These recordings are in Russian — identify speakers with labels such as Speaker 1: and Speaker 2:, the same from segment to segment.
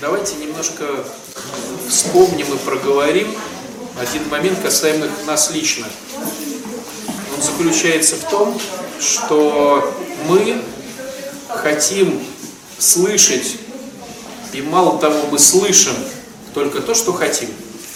Speaker 1: Давайте немножко вспомним и проговорим один момент, касаемый нас лично. Он заключается в том, что мы хотим слышать, и мало того, мы слышим только то, что хотим.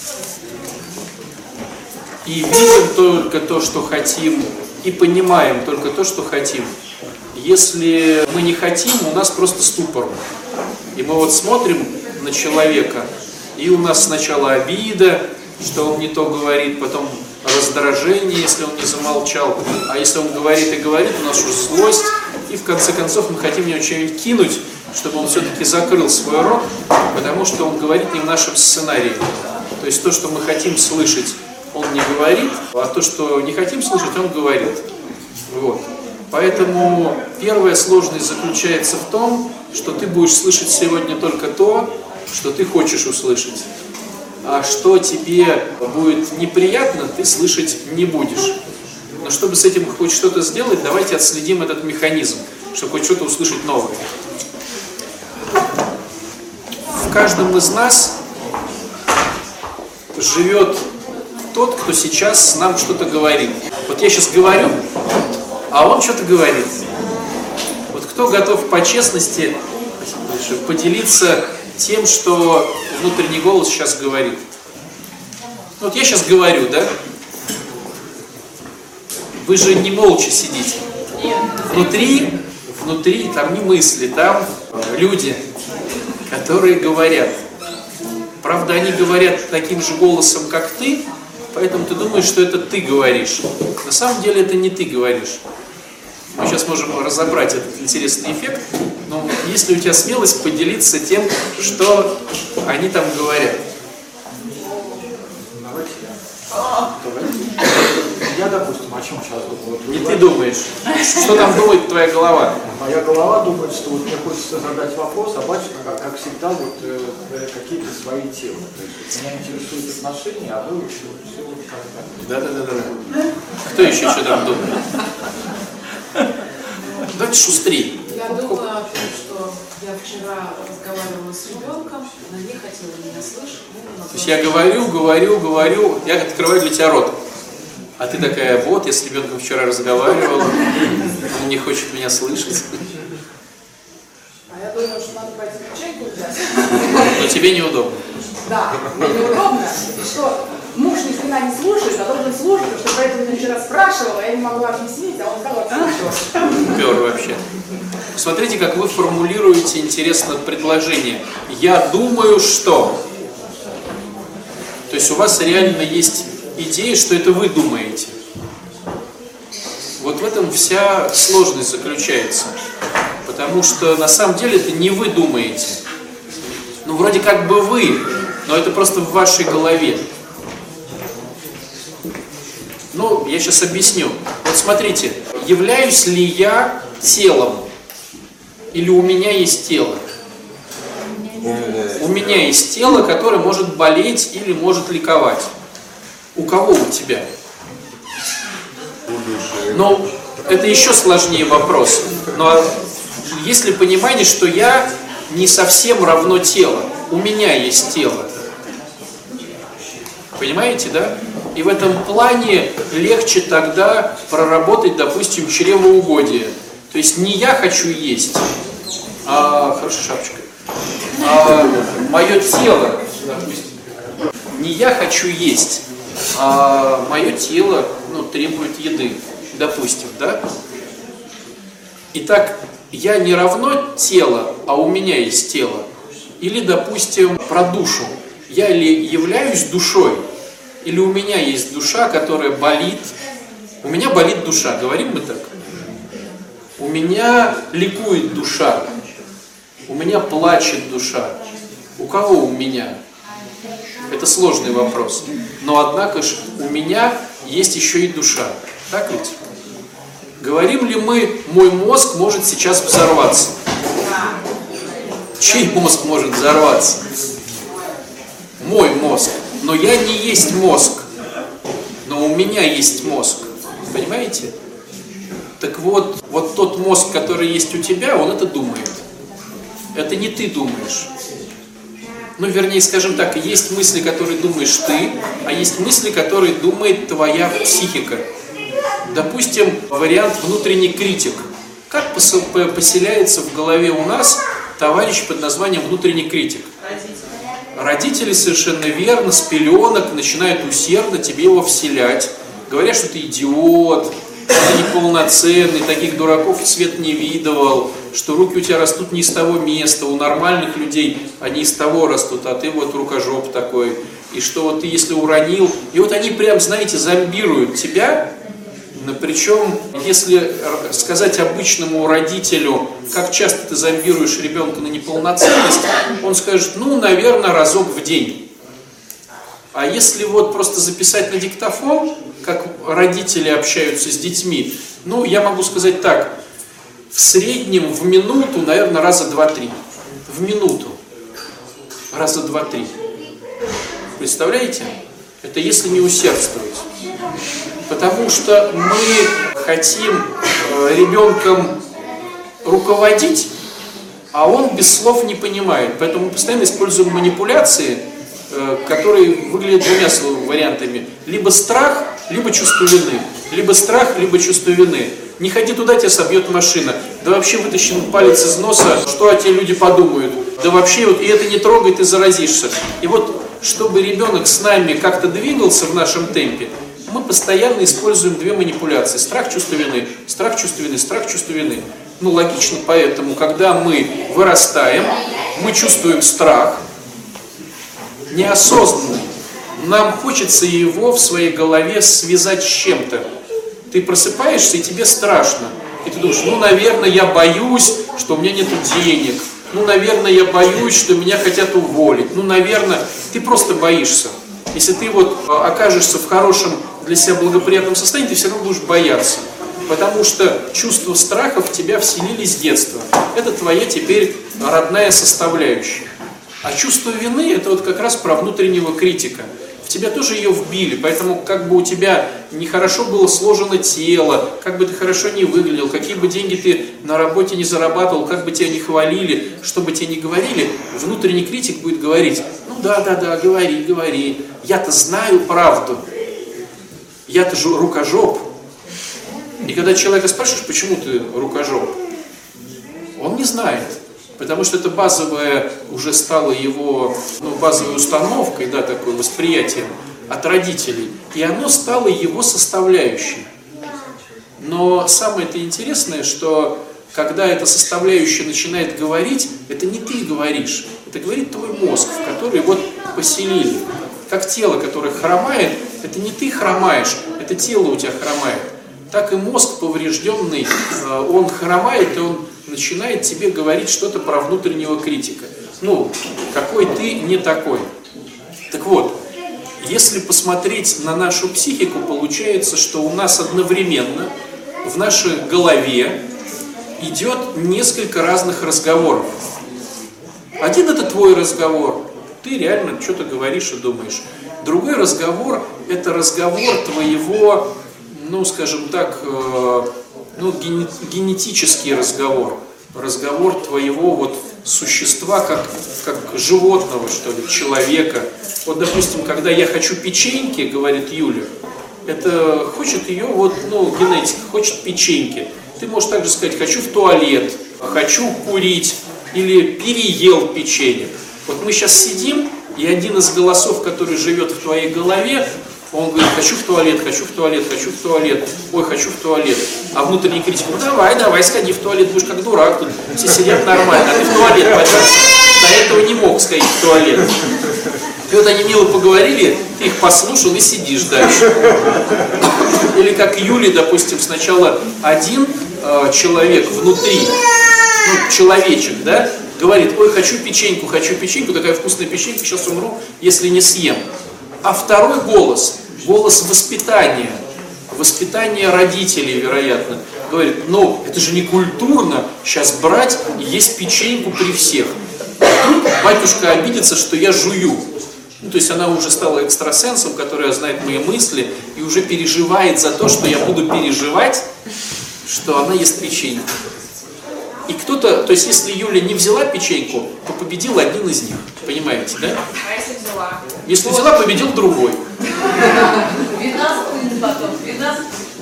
Speaker 1: И видим только то, что хотим, и понимаем только то, что хотим. Если мы не хотим, у нас просто ступор. И мы вот смотрим на человека, и у нас сначала обида, что он не то говорит, потом раздражение, если он не замолчал. А если он говорит и говорит, у нас уже злость. И в конце концов мы хотим в него что-нибудь кинуть, чтобы он все-таки закрыл свой рот, потому что он говорит не в нашем сценарии. То есть то, что мы хотим слышать, он не говорит, а то, что не хотим слышать, он говорит. Вот. Поэтому первая сложность заключается в том, что ты будешь слышать сегодня только то, что ты хочешь услышать. А что тебе будет неприятно, ты слышать не будешь. Но чтобы с этим хоть что-то сделать, давайте отследим этот механизм, чтобы хоть что-то услышать новое. В каждом из нас живет тот, кто сейчас нам что-то говорит. Вот я сейчас говорю, а он что-то говорит. Вот кто готов по честности поделиться тем, что внутренний голос сейчас говорит? Вот я сейчас говорю, да? Вы же не молча сидите. Внутри там не мысли, там люди, которые говорят. Правда, они говорят таким же голосом, как ты, поэтому ты думаешь, что это ты говоришь. На самом деле это не ты говоришь. Мы сейчас можем разобрать этот интересный эффект, но есть ли у тебя смелость поделиться тем, что они там говорят?
Speaker 2: Я, допустим, о чем сейчас думаю?
Speaker 1: Не ты думаешь. Что там думает твоя голова?
Speaker 2: Моя голова думает, что вот мне хочется задать вопрос, а батюшка, как всегда, вот какие-то свои темы. То есть меня интересуют отношения, а вы все вот как-то.
Speaker 1: Да. Кто еще что там думает? Давайте шустрее.
Speaker 3: Я думаю о том, что я вчера разговаривала с ребенком, она не хотела меня слышать.
Speaker 1: То есть я говорю, я открываю для тебя рот. А ты такая, вот, я с ребенком вчера разговаривала, он не хочет меня слышать.
Speaker 3: А я думаю, что надо пойти чайку взять.
Speaker 1: Но тебе неудобно.
Speaker 3: Да, мне неудобно, что муж ни хрена не слушает, а должен слушать, что поэтому я вчера спрашивала, я не могла объяснить, а он сказал, слушал.
Speaker 1: Пёр вообще. Посмотрите, как вы формулируете интересное предложение. Я думаю, что. То есть у вас реально есть идея, что это вы думаете. Вот в этом вся сложность заключается. Потому что на самом деле это не вы думаете. Ну, вроде как бы вы, но это просто в вашей голове. Ну, я сейчас объясню. Вот смотрите, являюсь ли я телом? Или у меня есть тело? У меня есть тело, которое может болеть или может ликовать. У кого у тебя? Но это еще сложнее вопрос. Но есть ли понимание, что я не совсем равно тело? У меня есть тело. Понимаете, да? И в этом плане легче тогда проработать, допустим, чревоугодие. То есть не я хочу есть, хорошая шапочка, мое тело, допустим, не я хочу есть, а мое тело требует еды, допустим, да? Итак, я не равно тело, а у меня есть тело. Или, допустим, про душу. Я ли являюсь душой? Или у меня есть душа, которая болит? У меня болит душа, говорим мы так? У меня ликует душа. У меня плачет душа. У кого у меня? Это сложный вопрос. Но однако же у меня есть еще и душа. Так ведь? Говорим ли мы, мой мозг может сейчас взорваться? Чей мозг может взорваться? Мой мозг. Но я не есть мозг. Но у меня есть мозг. Понимаете? Так вот тот мозг, который есть у тебя, он это думает. Это не ты думаешь. Ну, вернее, скажем так, есть мысли, которые думаешь ты, а есть мысли, которые думает твоя психика. Допустим, вариант внутренний критик. Как поселяется в голове у нас товарищ под названием внутренний критик? Родители совершенно верно с пеленок начинают усердно тебе его вселять. Говорят, что ты идиот, ты неполноценный, таких дураков свет не видывал, что руки у тебя растут не из того места, у нормальных людей они из того растут, а ты вот рукожоп такой. И что вот ты если уронил, и вот они прям, знаете, зомбируют тебя. Причем, если сказать обычному родителю, как часто ты зомбируешь ребенка на неполноценность, он скажет, ну, наверное, разок в день. А если вот просто записать на диктофон, как родители общаются с детьми, ну, я могу сказать так, в среднем в минуту, наверное, раза 2-3. В минуту. Раза 2-3. Представляете? Это если не усердствовать. Потому что мы хотим ребенком руководить, а он без слов не понимает. Поэтому мы постоянно используем манипуляции, которые выглядят двумя вариантами. Либо страх, либо чувство вины. Либо страх, либо чувство вины. Не ходи туда, тебя собьет машина. Да вообще вытащи палец из носа, что о тебе люди подумают. Да вообще, вот, и это не трогай, ты заразишься. И вот, чтобы ребенок с нами как-то двигался в нашем темпе, мы постоянно используем две манипуляции. Страх, чувство вины. Страх, чувство вины. Страх, чувство вины. Ну, логично, поэтому, когда мы вырастаем, мы чувствуем страх неосознанно. Нам хочется его в своей голове связать с чем-то. Ты просыпаешься, и тебе страшно. И ты думаешь, ну, наверное, я боюсь, что у меня нет денег. Ну, наверное, я боюсь, что меня хотят уволить. Ну, наверное, ты просто боишься. Если ты вот окажешься в хорошем для себя благоприятном состоянии, ты все равно будешь бояться. Потому что чувства страха в тебя вселились с детства. Это твоя теперь родная составляющая. А чувство вины, это вот как раз про внутреннего критика. В тебя тоже ее вбили, поэтому как бы у тебя нехорошо было сложено тело, как бы ты хорошо не выглядел, какие бы деньги ты на работе не зарабатывал, как бы тебя не хвалили, что бы тебе не говорили, внутренний критик будет говорить, ну да, говори, я-то знаю правду, я-то же рукожоп. И когда человека спрашиваешь, почему ты рукожоп, он не знает. Потому что это базовая уже стала его, базовой установкой, да, такое восприятием от родителей. И оно стало его составляющей. Но самое-то интересное, что когда эта составляющая начинает говорить, это не ты говоришь, это говорит твой мозг, в который вот поселили. Как тело, которое хромает, это не ты хромаешь, это тело у тебя хромает. Так и мозг поврежденный, он хромает, и он начинает тебе говорить что-то про внутреннего критика. Ну, какой ты не такой. Так вот, если посмотреть на нашу психику, получается, что у нас одновременно в нашей голове идет несколько разных разговоров. Один это твой разговор, ты реально что-то говоришь и думаешь. Другой разговор это разговор твоего, скажем так, генетический разговор. Разговор твоего вот существа, как животного, что ли, человека. Вот, допустим, когда я хочу печеньки, говорит Юля, это хочет ее, генетика, хочет печеньки. Ты можешь также сказать, хочу в туалет, хочу курить, или переел печенье. Вот мы сейчас сидим, и один из голосов, который живет в твоей голове, он говорит, хочу в туалет, хочу в туалет, хочу в туалет, ой, хочу в туалет. А внутренний критик, давай, сходи в туалет, будешь как дурак, тут все сидят нормально, а ты в туалет пойдешь. До этого не мог сходить в туалет. И вот они мило поговорили, ты их послушал и сидишь дальше. Или как Юли, допустим, сначала один человек внутри, человечек, да, говорит, ой, хочу печеньку, такая вкусная печенька, сейчас умру, если не съем. А второй голос воспитания родителей, вероятно, говорит, это же не культурно сейчас брать и есть печеньку при всех. Вдруг батюшка обидится, что я жую. То есть она уже стала экстрасенсом, который знает мои мысли и уже переживает за то, что я буду переживать, что она ест печеньку. И кто-то, то есть если Юля не взяла печеньку, то победил один из них. Понимаете, да?
Speaker 3: А если взяла?
Speaker 1: Если взяла, победил другой.
Speaker 3: Видно, потом. Видно?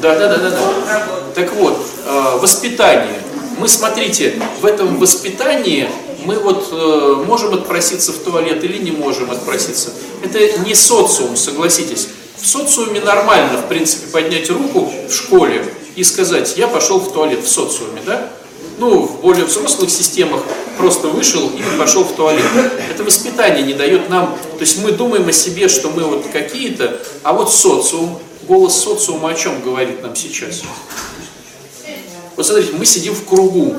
Speaker 1: Да. Так вот, воспитание. Мы, смотрите, в этом воспитании мы вот можем отпроситься в туалет или не можем отпроситься. Это не социум, согласитесь. В социуме нормально, в принципе, поднять руку в школе и сказать: я пошел в туалет в социуме, да? Ну, в более взрослых системах просто вышел и пошел в туалет. Это воспитание не дает нам, то есть мы думаем о себе, что мы вот какие-то, а вот социум, голос социума о чем говорит нам сейчас? Вот смотрите, мы сидим в кругу,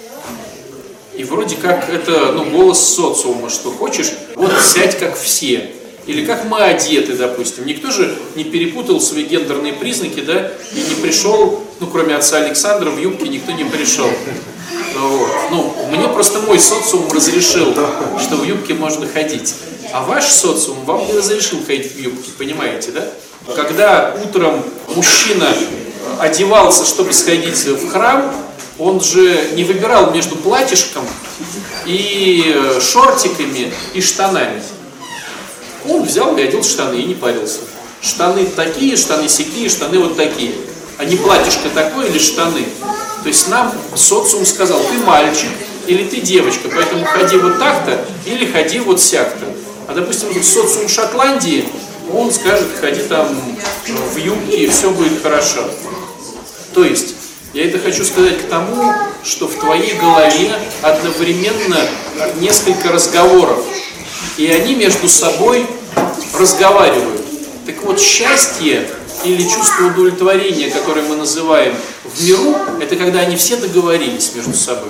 Speaker 1: и вроде как это, ну, голос социума, что хочешь, вот сядь как все. Или как мы одеты, допустим. Никто же не перепутал свои гендерные признаки, да, и не пришел, ну, кроме отца Александра, в юбке никто не пришел. Вот. Ну, мне просто мой социум разрешил, что в юбке можно ходить. А ваш социум вам не разрешил ходить в юбке, понимаете, да? Когда утром мужчина одевался, чтобы сходить в храм, он же не выбирал между платьишком и шортиками и штанами. Он взял и одел штаны и не парился. Штаны такие, штаны сякие, штаны вот такие. А не платьишко такое или штаны. То есть нам социум сказал: ты мальчик или ты девочка, поэтому ходи вот так-то или ходи вот сяк-то. А допустим, социум Шотландии, он скажет: ходи там в юбке и все будет хорошо. То есть я это хочу сказать к тому, что в твоей голове одновременно несколько разговоров. И они между собой разговаривают. Так вот, счастье или чувство удовлетворения, которое мы называем в миру, это когда они все договорились между собой.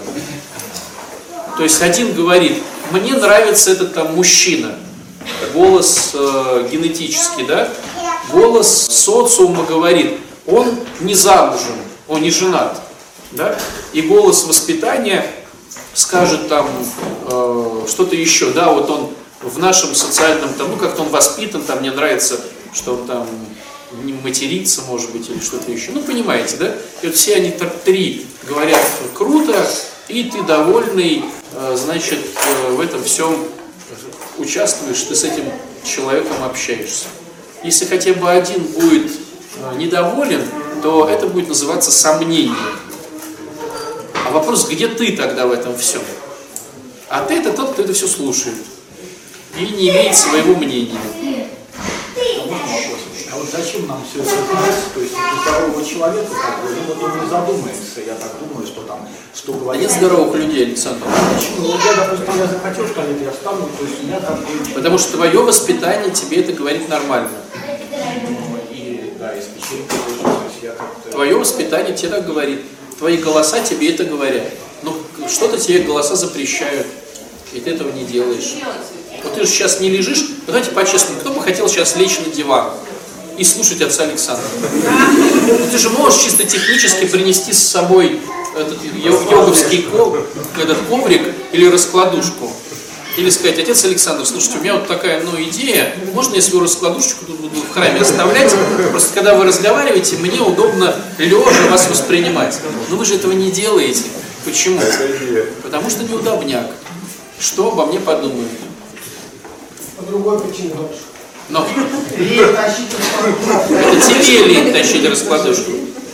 Speaker 1: То есть один говорит: мне нравится этот там мужчина, голос генетический, да? Голос социума говорит: он не замужем, он не женат, да? И голос воспитания скажет там что-то еще, да, вот он в нашем социальном, там, ну, как-то он воспитан, там, мне нравится, что он там не матерится, может быть, или что-то еще. Ну, понимаете, да? И вот все они три говорят: круто, и ты довольный, значит, в этом всем участвуешь, ты с этим человеком общаешься. Если хотя бы один будет недоволен, то это будет называться сомнение. А вопрос: где ты тогда в этом всем? А ты — это тот, кто это все слушает и не имеет своего мнения.
Speaker 2: А вот зачем нам все это знать? То есть у здорового человека, как бы, ну, вот он не задумается, я так думаю, что там, что
Speaker 1: А
Speaker 2: говорит.
Speaker 1: нет здоровых людей, Александр.
Speaker 2: Почему? Ну, я, допустим, я захотел в туалет, я встану, то есть я как бы...
Speaker 1: Потому что твое воспитание тебе это говорит нормально.
Speaker 2: И, да, из печеньки тоже, то есть я как-то...
Speaker 1: Твое воспитание тебе так говорит. Твои голоса тебе это говорят. Но что-то тебе голоса запрещают, и ты этого не делаешь. Вот ты же сейчас не лежишь, давайте по-честному, кто бы хотел сейчас лечь на диван и слушать отца Александра? Ну, ты же можешь чисто технически принести с собой этот йоговский этот коврик или раскладушку. Или сказать: отец Александр, слушайте, у меня вот такая, ну, идея, можно я свою раскладушечку тут буду в храме оставлять? Просто когда вы разговариваете, мне удобно лежа вас воспринимать. Но вы же этого не делаете. Почему? Потому что неудобняк. Что обо мне подумают?
Speaker 4: По другой причине больше.
Speaker 1: Но
Speaker 4: Это
Speaker 1: тебе лень тащить раскладушку.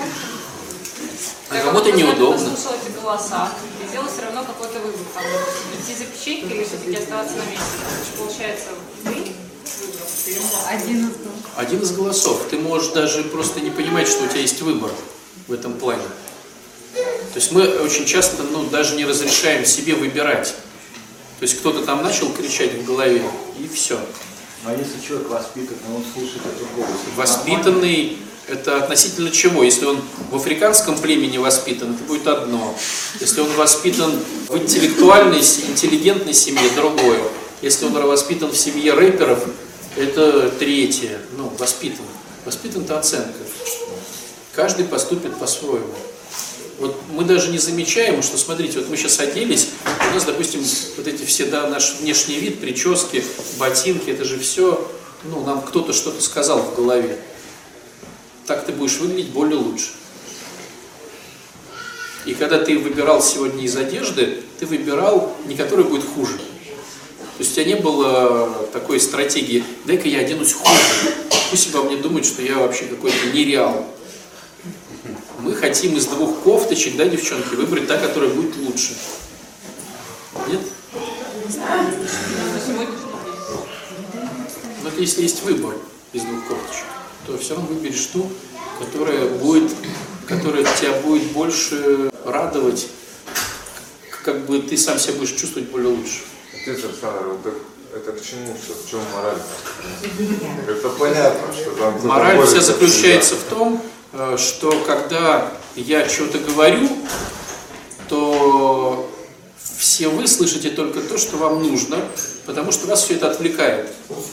Speaker 1: А кому-то неудобно.
Speaker 5: Слушал эти голоса и сделал все равно какой-то выбор. Там, идти за печенькой или все-таки оставаться на месте. Получается, вы выбрал.
Speaker 1: Один из голосов. Ты можешь даже просто не понимать, что у тебя есть выбор в этом плане. То есть мы очень часто, ну, даже не разрешаем себе выбирать. То есть кто-то там начал кричать в голове, и все.
Speaker 2: А если человек воспитанный, он слушает этот голос?
Speaker 1: Воспитанный — это относительно чего? Если он в африканском племени воспитан, это будет одно. Если он воспитан в интеллектуальной, интеллигентной семье, другое. Если он воспитан в семье рэперов, это третье. Ну, воспитан. Воспитан — это оценка. Каждый поступит по-своему. Вот мы даже не замечаем, что, смотрите, вот мы сейчас оделись, у нас, допустим, вот эти все, да, наш внешний вид, прически, ботинки, это же все, ну, нам кто-то что-то сказал в голове. Так ты будешь выглядеть более лучше. И когда ты выбирал сегодня из одежды, ты выбирал не которая будет хуже. То есть у тебя не было такой стратегии, дай-ка я оденусь хуже, пусть обо мне думают, что я вообще какой-то нереал. Мы хотим из 2 кофточек, да, девчонки, выбрать та, которая будет лучше. Нет? Но если есть выбор из 2 кофточек, то все равно выберешь ту, которая тебя будет больше радовать, как бы ты сам себя будешь чувствовать более лучше.
Speaker 6: Отец Александр, это к чему все? В чем мораль? Это понятно, что там...
Speaker 1: Мораль вся заключается в том, что когда я что-то говорю, то все вы слышите только то, что вам нужно, потому что вас все это отвлекает.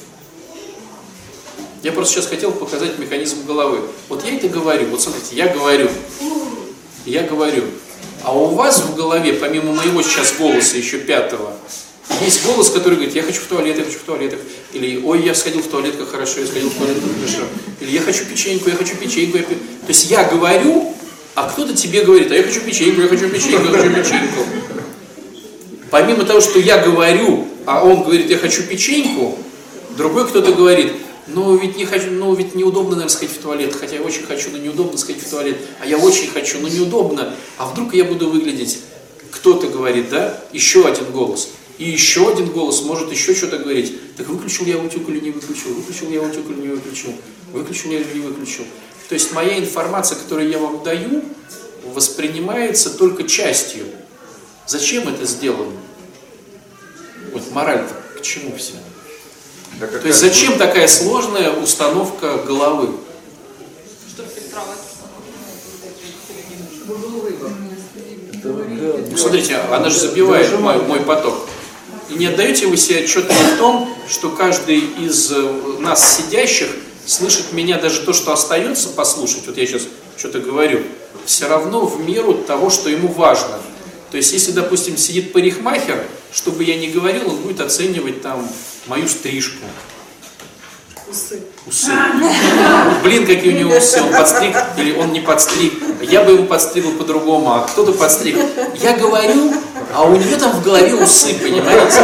Speaker 1: Я просто сейчас хотел показать механизм головы. Вот я это говорю, вот смотрите, я говорю, а у вас в голове, помимо моего сейчас голоса, еще 5-го, есть голос, который говорит, я хочу в туалет, или ой, я сходил в туалет, как хорошо, я сходил в туалет, как хорошо, или я хочу печеньку. То есть я говорю, а кто-то тебе говорит, а я хочу печеньку. Помимо того, что я говорю, а он говорит, я хочу печеньку, другой кто-то говорит, ну ведь не хочу, ну ведь неудобно, наверное, сходить в туалет, хотя я очень хочу, но неудобно сходить в туалет, а я очень хочу, но неудобно, а вдруг я буду выглядеть, кто-то говорит, да, еще один голос. И еще один голос может еще что-то говорить. Так выключил я утюг или не выключил? Выключил я утюг или не выключил? Выключил я или не выключил? То есть моя информация, которую я вам даю, воспринимается только частью. Зачем это сделано? Вот мораль-то к чему все?
Speaker 6: Да,
Speaker 1: то есть зачем такая сложная установка головы?
Speaker 5: Чтобы фильтровать.
Speaker 1: Ну, смотрите, она же забивает мой поток. И не отдаете вы себе отчет в том, что каждый из нас сидящих слышит меня, даже то, что остается послушать, вот я сейчас что-то говорю, все равно в меру того, что ему важно. То есть, если, допустим, сидит парикмахер, что бы я ни говорил, он будет оценивать там мою стрижку. Усы. Блин, какие у него усы, он подстриг или он не подстриг. Я бы его подстригл по-другому, а кто-то подстриг. Я говорю, а у нее там в голове усы, понимаете?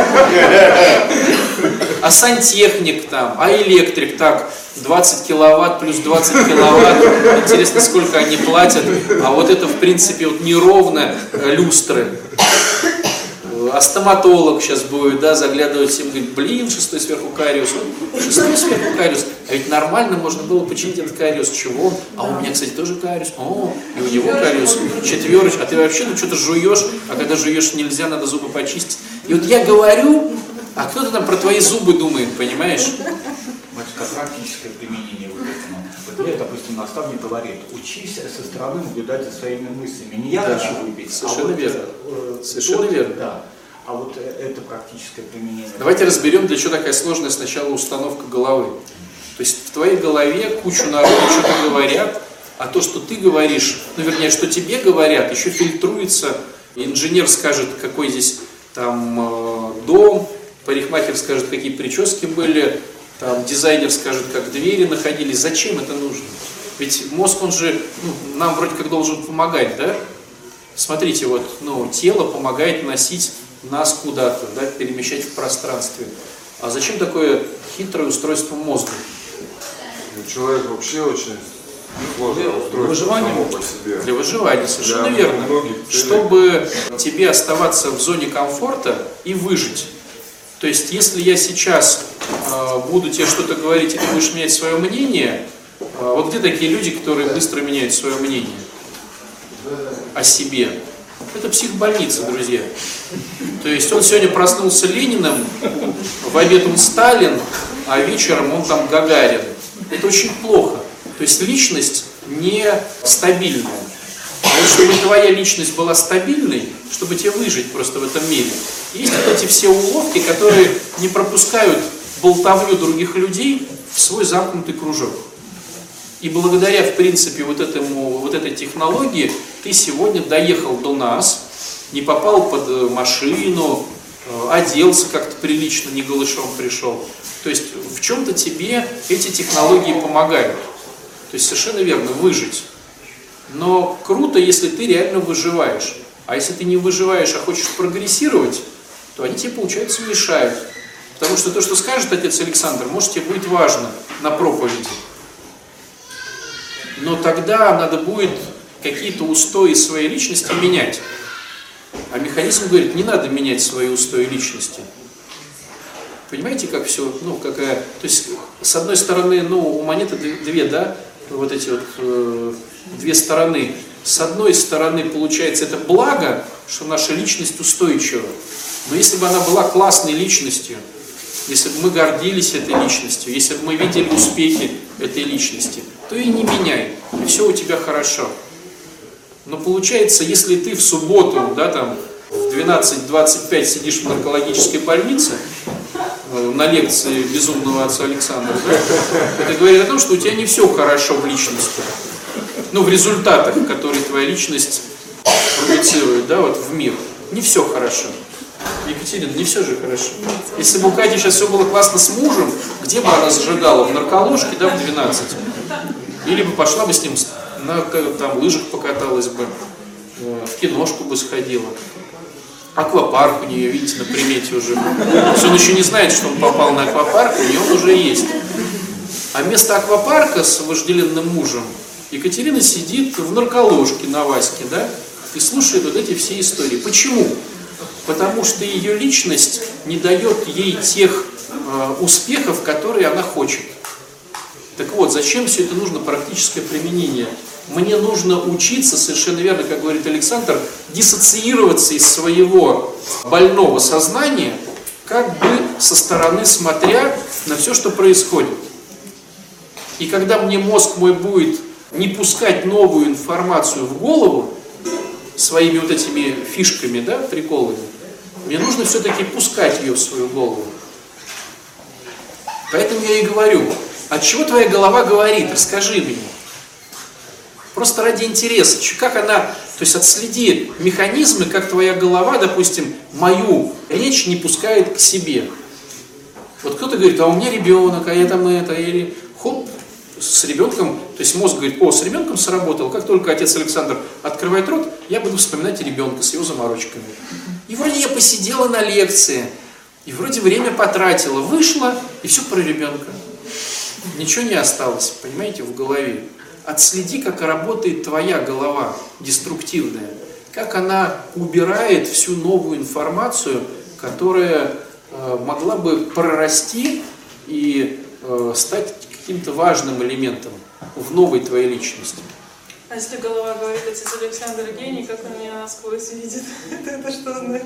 Speaker 1: А сантехник там, а электрик так, 20 киловатт плюс 20 киловатт, интересно, сколько они платят, а вот это в принципе вот неровно люстры. А стоматолог сейчас будет, да, заглядывать всем, говорит, блин, 6-й сверху кариус, 6-й сверху кариус, а ведь нормально можно было починить этот кариус, чего? А у меня, кстати, тоже кариус, и у него кариус, 4, а ты вообще ну что-то жуешь, а когда жуешь нельзя, надо зубы почистить. И вот я говорю, а кто-то там про твои зубы думает, понимаешь?
Speaker 2: Батюшка, практическое применение вот этому. Вот мне, допустим, наставник говорит, учись со стороны наблюдать за своими мыслями. Не я хочу выпить,
Speaker 1: совершенно
Speaker 2: а
Speaker 1: верно.
Speaker 2: Вот,
Speaker 1: Совершенно верно.
Speaker 2: Да. А вот это практическое применение.
Speaker 1: Давайте разберем, для чего такая сложная сначала установка головы. То есть в твоей голове кучу народу что-то говорят, а то, что ты говоришь, ну вернее, что тебе говорят, еще фильтруется. Инженер скажет, какой здесь там дом, парикмахер скажет, какие прически были, там дизайнер скажет, как двери находились. Зачем это нужно? Ведь мозг, он же нам вроде как должен помогать, да? Смотрите, вот, тело помогает носить нас куда-то, да, перемещать в пространстве. А зачем такое хитрое устройство мозга?
Speaker 6: Человек вообще очень сложное устройство само по себе.
Speaker 1: Для выживания, совершенно верно. Чтобы тебе оставаться в зоне комфорта и выжить. То есть, если я сейчас буду тебе что-то говорить, и ты будешь менять свое мнение, вот где такие люди, которые быстро меняют свое мнение о себе? Это психбольница, друзья. То есть он сегодня проснулся Лениным, в обед он Сталин, а вечером он там Гагарин. Это очень плохо. То есть личность нестабильная. А вот чтобы твоя личность была стабильной, чтобы тебе выжить просто в этом мире, есть вот эти все уловки, которые не пропускают болтовню других людей в свой замкнутый кружок. И благодаря, в принципе, вот этой технологии ты сегодня доехал до нас, не попал под машину, оделся как-то прилично, не голышом пришел. То есть в чем-то тебе эти технологии помогают. То есть совершенно верно, выжить. Но круто, если ты реально выживаешь. А если ты не выживаешь, а хочешь прогрессировать, то они тебе, получается, мешают. Потому что то, что скажет отец Александр, может, тебе будет важно на проповеди. Но тогда надо будет какие-то устои своей личности менять. А механизм говорит, не надо менять свои устои личности. Понимаете, как все, то есть, с одной стороны, у монеты две, да, вот эти вот две стороны. С одной стороны, получается, это благо, что наша личность устойчива. Но если бы она была классной личностью, если бы мы гордились этой личностью, если бы мы видели успехи этой личности, то и не меняй, и все у тебя хорошо. Но получается, если ты в субботу, да, там, в 12:25 сидишь в наркологической больнице, на лекции безумного отца Александра, да, это говорит о том, что у тебя не все хорошо в личности. В результатах, которые твоя личность проецирует, да, вот в мир. Не все хорошо. Екатерина, не все же хорошо. Если бы у Кати сейчас все было классно с мужем, где бы она зажигала? В нарколожке, да, в 12? Или бы пошла бы с ним на лыжах покаталась бы, в киношку бы сходила. Аквапарк у нее, видите, на примете уже. То есть он еще не знает, что он попал на аквапарк, у нее он уже есть. А вместо аквапарка с вожделенным мужем Екатерина сидит в нарколожке на Ваське, да, и слушает вот эти все истории. Почему? Потому что ее личность не дает ей тех успехов, которые она хочет. Так вот, зачем все это нужно практическое применение? Мне нужно учиться, совершенно верно, как говорит Александр, диссоциироваться из своего больного сознания, как бы со стороны смотря на все, что происходит. И когда мне мозг мой будет не пускать новую информацию в голову, своими вот этими фишками, да, приколами, мне нужно все-таки пускать ее в свою голову. Поэтому я и говорю, от чего твоя голова говорит, расскажи мне. Просто ради интереса, как она, то есть отследи механизмы, как твоя голова, допустим, мою речь не пускает к себе. Вот кто-то говорит, а у меня ребенок, а я там это, или хоп, с ребенком, то есть мозг говорит, с ребенком сработал, как только отец Александр открывает рот, я буду вспоминать ребенка с его заморочками. И вроде я посидела на лекции, и вроде время потратила, вышла, и все про ребенка. Ничего не осталось, понимаете, в голове. Отследи, как работает твоя голова, деструктивная, как она убирает всю новую информацию, которая могла бы прорасти и стать каким-то важным элементом в новой твоей личности.
Speaker 5: А если голова говорит, отец Александр гений, как он меня насквозь видит? Это что значит?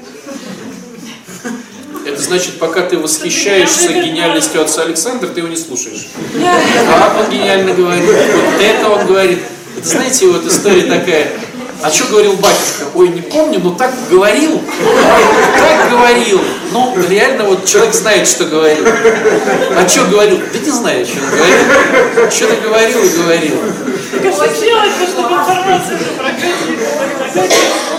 Speaker 1: Это значит, пока ты восхищаешься гениальностью отца Александра, ты его не слушаешь. Как он гениально говорит, вот это он говорит. Это, знаете, вот история такая. А что говорил батюшка? Ой, не помню, но так говорил. Так говорил. Ну, реально, вот человек знает, что говорил. А что говорил? Да не знаю, что он говорил. Что-то говорил и говорил.
Speaker 5: Что делать-то, чтобы информацию прокатить?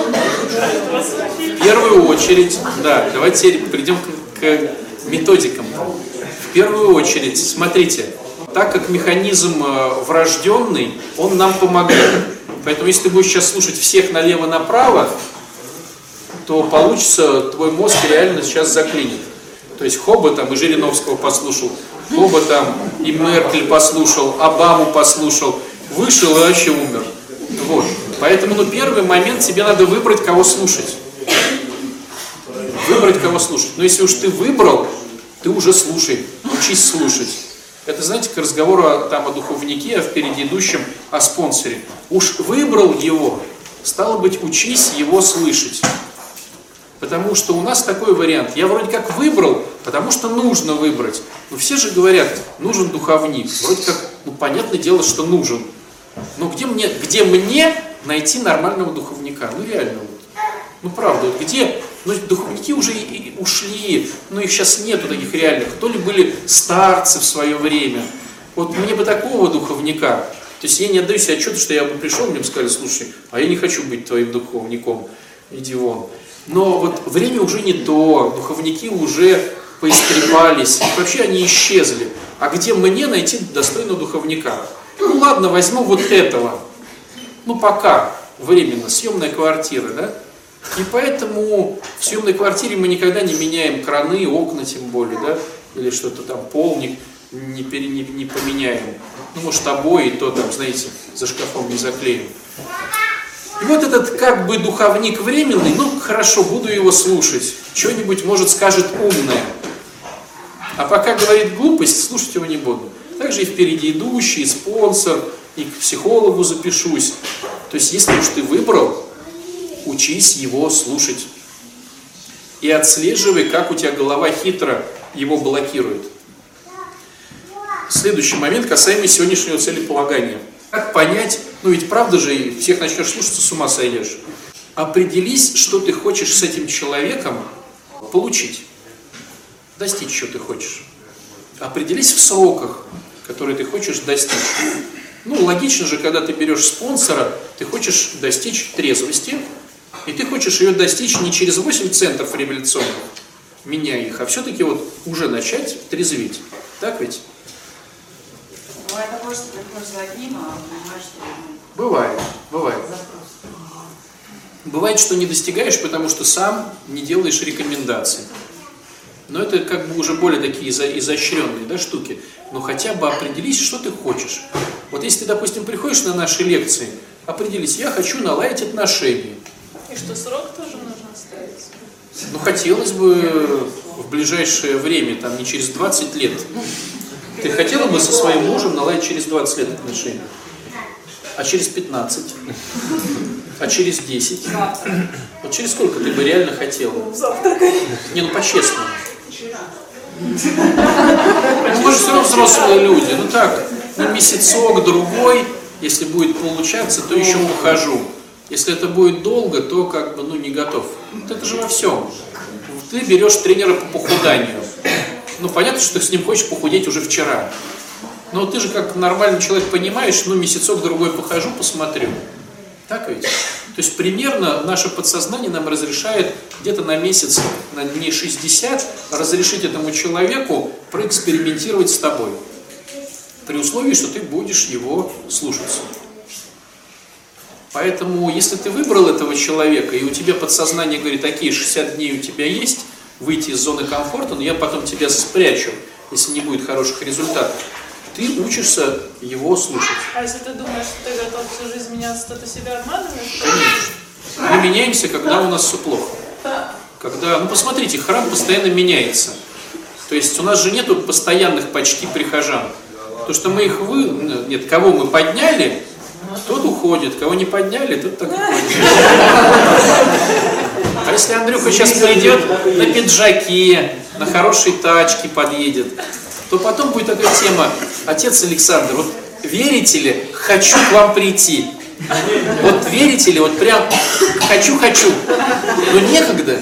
Speaker 1: В первую очередь, да, давайте перейдем к методикам. В первую очередь, смотрите, так как механизм врожденный, он нам помогает. Поэтому если ты будешь сейчас слушать всех налево-направо, то получится, твой мозг реально сейчас заклинит. То есть Хоба там и Жириновского послушал, Хоба там и Меркель послушал, Обаму послушал, вышел и вообще умер. Вот. Поэтому, первый момент, тебе надо выбрать, кого слушать. Выбрать, кого слушать. Но если уж ты выбрал, ты уже слушай, учись слушать. Это, знаете, к разговору о духовнике, о впереди идущем, о спонсоре. Уж выбрал его, стало быть, учись его слышать. Потому что у нас такой вариант. Я вроде как выбрал, потому что нужно выбрать. Но все же говорят, нужен духовник. Вроде как, понятное дело, что нужен. Но где мне найти нормального духовника? Реально. Правда, где? Духовники уже и ушли, их сейчас нету таких реальных. То ли были старцы в свое время. Вот мне бы такого духовника. То есть я не отдаю себе отчету, что я бы пришел, мне бы сказали, слушай, а я не хочу быть твоим духовником, иди вон. Но вот время уже не то, духовники уже поистрепались, вообще они исчезли. А где мне найти достойного духовника? Ладно, возьму вот этого. Пока, временно, съемная квартира, да? И поэтому в съемной квартире мы никогда не меняем краны, окна тем более, да, или что-то там, полник не поменяем. Ну, может, обои, то там, знаете, за шкафом не заклеим. И вот этот как бы духовник временный, ну, хорошо, буду его слушать. Что-нибудь, может, скажет умное. А пока говорит глупость, слушать его не буду. Также и впереди идущий, и спонсор, и к психологу запишусь. То есть, если уж ты выбрал, учись его слушать. И отслеживай, как у тебя голова хитро его блокирует. Следующий момент касаемо сегодняшнего целеполагания. Как понять, ну ведь правда же, всех начнешь слушаться, с ума сойдешь. Определись, что ты хочешь с этим человеком получить. Достичь, что ты хочешь. Определись в сроках, которые ты хочешь достичь. Ну, логично же, когда ты берешь спонсора, ты хочешь достичь трезвости, и ты хочешь ее достичь не через 8 центров революционных, меняя их, а все-таки вот уже начать трезветь. Так ведь?
Speaker 7: Бывает такое, что приходишь за одним, а понимаешь, что...
Speaker 1: Бывает, бывает. Бывает, что не достигаешь, потому что сам не делаешь рекомендаций. Но это как бы уже более такие изощренные, да, штуки. Но хотя бы определись, что ты хочешь. Вот если ты, допустим, приходишь на наши лекции, определись, я хочу наладить отношения.
Speaker 5: И что, срок тоже нужно ставить?
Speaker 1: Ну, хотелось бы в ближайшее время, там, не через 20 лет. Ты хотела бы со своим мужем наладить через 20 лет отношения? А через 15? А через 10?
Speaker 5: Завтра.
Speaker 1: Вот через сколько ты бы реально хотела?
Speaker 5: Завтра.
Speaker 1: Не, ну по-честному. Ну, мы же все равно взрослые люди. Ну так, ну месяцок, другой. Если будет получаться, то еще похожу. Если это будет долго, то как бы, ну, не готов. Вот это же во всем. Ты берешь тренера по похуданию. Ну, понятно, что ты с ним хочешь похудеть уже вчера. Но ты же как нормальный человек понимаешь, ну, месяцок-другой похожу, посмотрю. Так ведь? То есть примерно наше подсознание нам разрешает где-то на месяц, на дней 60, разрешить этому человеку проэкспериментировать с тобой. При условии, что ты будешь его слушаться. Поэтому, если ты выбрал этого человека, и у тебя подсознание говорит, такие 60 дней у тебя есть, выйти из зоны комфорта, но я потом тебя спрячу, если не будет хороших результатов, ты учишься его слушать.
Speaker 5: А если ты думаешь, что ты готов всю жизнь меняться, то ты себя обманываешь?
Speaker 1: Конечно. Мы меняемся, когда у нас все плохо. Когда, ну посмотрите, храм постоянно меняется. То есть у нас же нету постоянных почти прихожан. То, что мы их нет, кого мы подняли, тот уходит, кого не подняли, тот так и уходит. А если Андрюха сейчас придет на пиджаке, на хорошей тачке подъедет, то потом будет такая тема: отец Александр, вот верите ли, хочу к вам прийти. Вот верите ли, вот прям хочу, но некогда.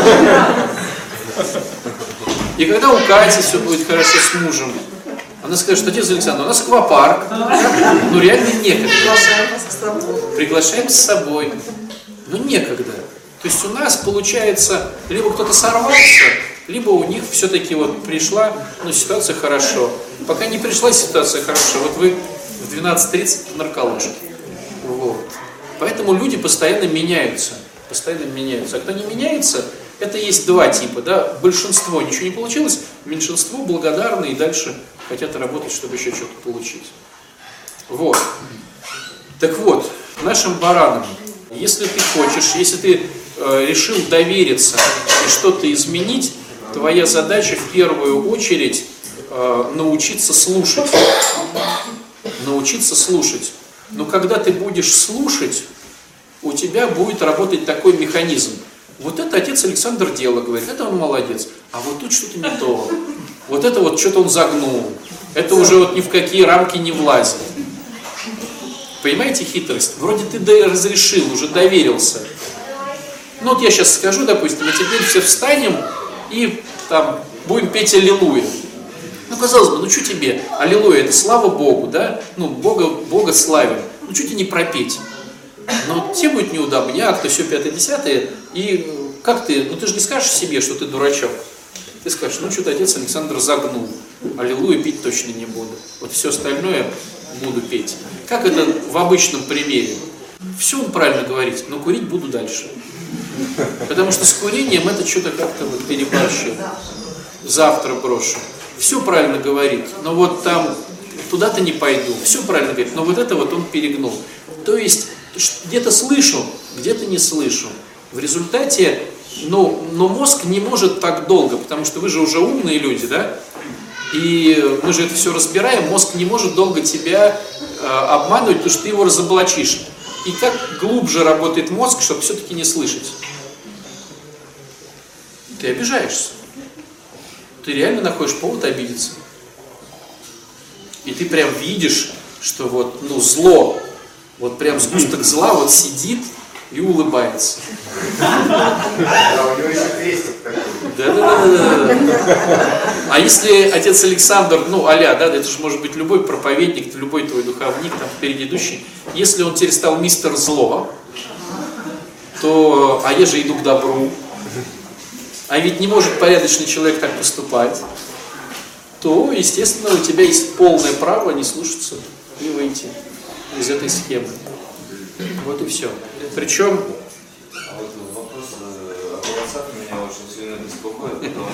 Speaker 1: И когда у Кати все будет хорошо с мужем, она скажет, что отец Александр, у нас аквапарк, ну реально некогда. Приглашаем с собой, но некогда. То есть у нас получается, либо кто-то сорвался, либо у них все-таки вот пришла, ну, ситуация хорошо. Пока не пришла ситуация хорошо, вот вы в 12:30 в нарколожке. Вот. Поэтому люди постоянно меняются. А кто не меняется, это есть два типа. Да? Большинство ничего не получилось, меньшинство благодарны и дальше хотят работать, чтобы еще что-то получить. Вот. Так вот, нашим баранам, если ты хочешь, если ты решил довериться и что-то изменить, твоя задача в первую очередь научиться слушать. Научиться слушать. Но когда ты будешь слушать, у тебя будет работать такой механизм. Вот это отец Александр дело говорит, это он молодец. А вот тут что-то не то. Вот это вот что-то он загнул. Это уже вот ни в какие рамки не влазит. Понимаете хитрость? Вроде ты разрешил, уже доверился. Ну вот я сейчас скажу, допустим, а теперь все встанем и там будем петь аллилуйя. Ну, казалось бы, ну что тебе? Аллилуйя, это слава Богу, да? Ну, Бога славим. Ну, что тебе не пропеть? Но тебе будет неудобняк, то все 5-10, и как ты, ну ты же не скажешь себе, что ты дурачок. Ты скажешь, ну что-то отец Александр загнул. Аллилуйя петь точно не буду. Вот все остальное буду петь. Как это в обычном примере? Все он правильно говорит, но курить буду дальше. Потому что с курением это что-то как-то вот переборщил. Завтра брошу. Все правильно говорит, но вот там туда-то не пойду. Все правильно говорит, но вот это вот он перегнул. То есть где-то слышу, где-то не слышу. В результате, но мозг не может так долго, потому что вы же уже умные люди, да? И мы же это все разбираем, мозг не может долго тебя обманывать, потому что ты его разоблачишь. И как глубже работает мозг, чтобы все-таки не слышать? Ты обижаешься. Ты реально находишь повод обидеться. И ты прям видишь, что вот, зло, вот прям сгусток зла вот сидит и улыбается.
Speaker 6: Да, у него еще крестик такой.
Speaker 1: Да. А если отец Александр, это же может быть любой проповедник, любой твой духовник, там впереди идущий, если он теперь стал мистер зло, то, я же иду к добру, а ведь не может порядочный человек так поступать, то, естественно, у тебя есть полное право не слушаться и выйти из этой схемы. Вот и все. Причем...
Speaker 6: Вот вопрос о голосах меня очень сильно беспокоит, потому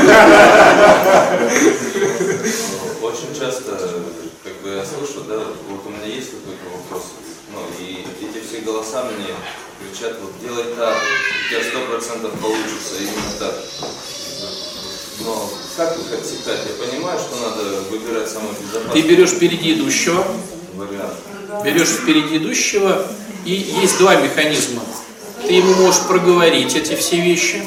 Speaker 6: что очень часто, я слышу, вот у меня есть какой-то вопрос, и эти все голоса мне кричат, вот делай так, у тебя 100% получится именно так. Но как их отсекать? Я понимаю, что надо выбирать самое безопасное.
Speaker 1: Ты берешь впереди идущего, и есть два механизма. Ты ему можешь проговорить эти все вещи,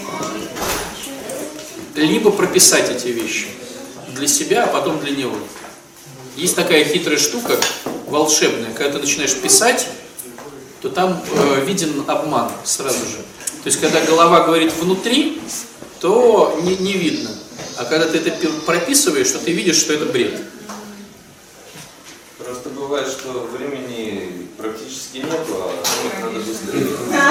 Speaker 1: либо прописать эти вещи для себя, а потом для него. Есть такая хитрая штука, волшебная, когда ты начинаешь писать, то там виден обман сразу же. То есть, когда голова говорит внутри, то не видно. А когда ты это прописываешь, то ты видишь, что это бред.
Speaker 6: Просто бывает, что времени практически нету, а надо быстрее.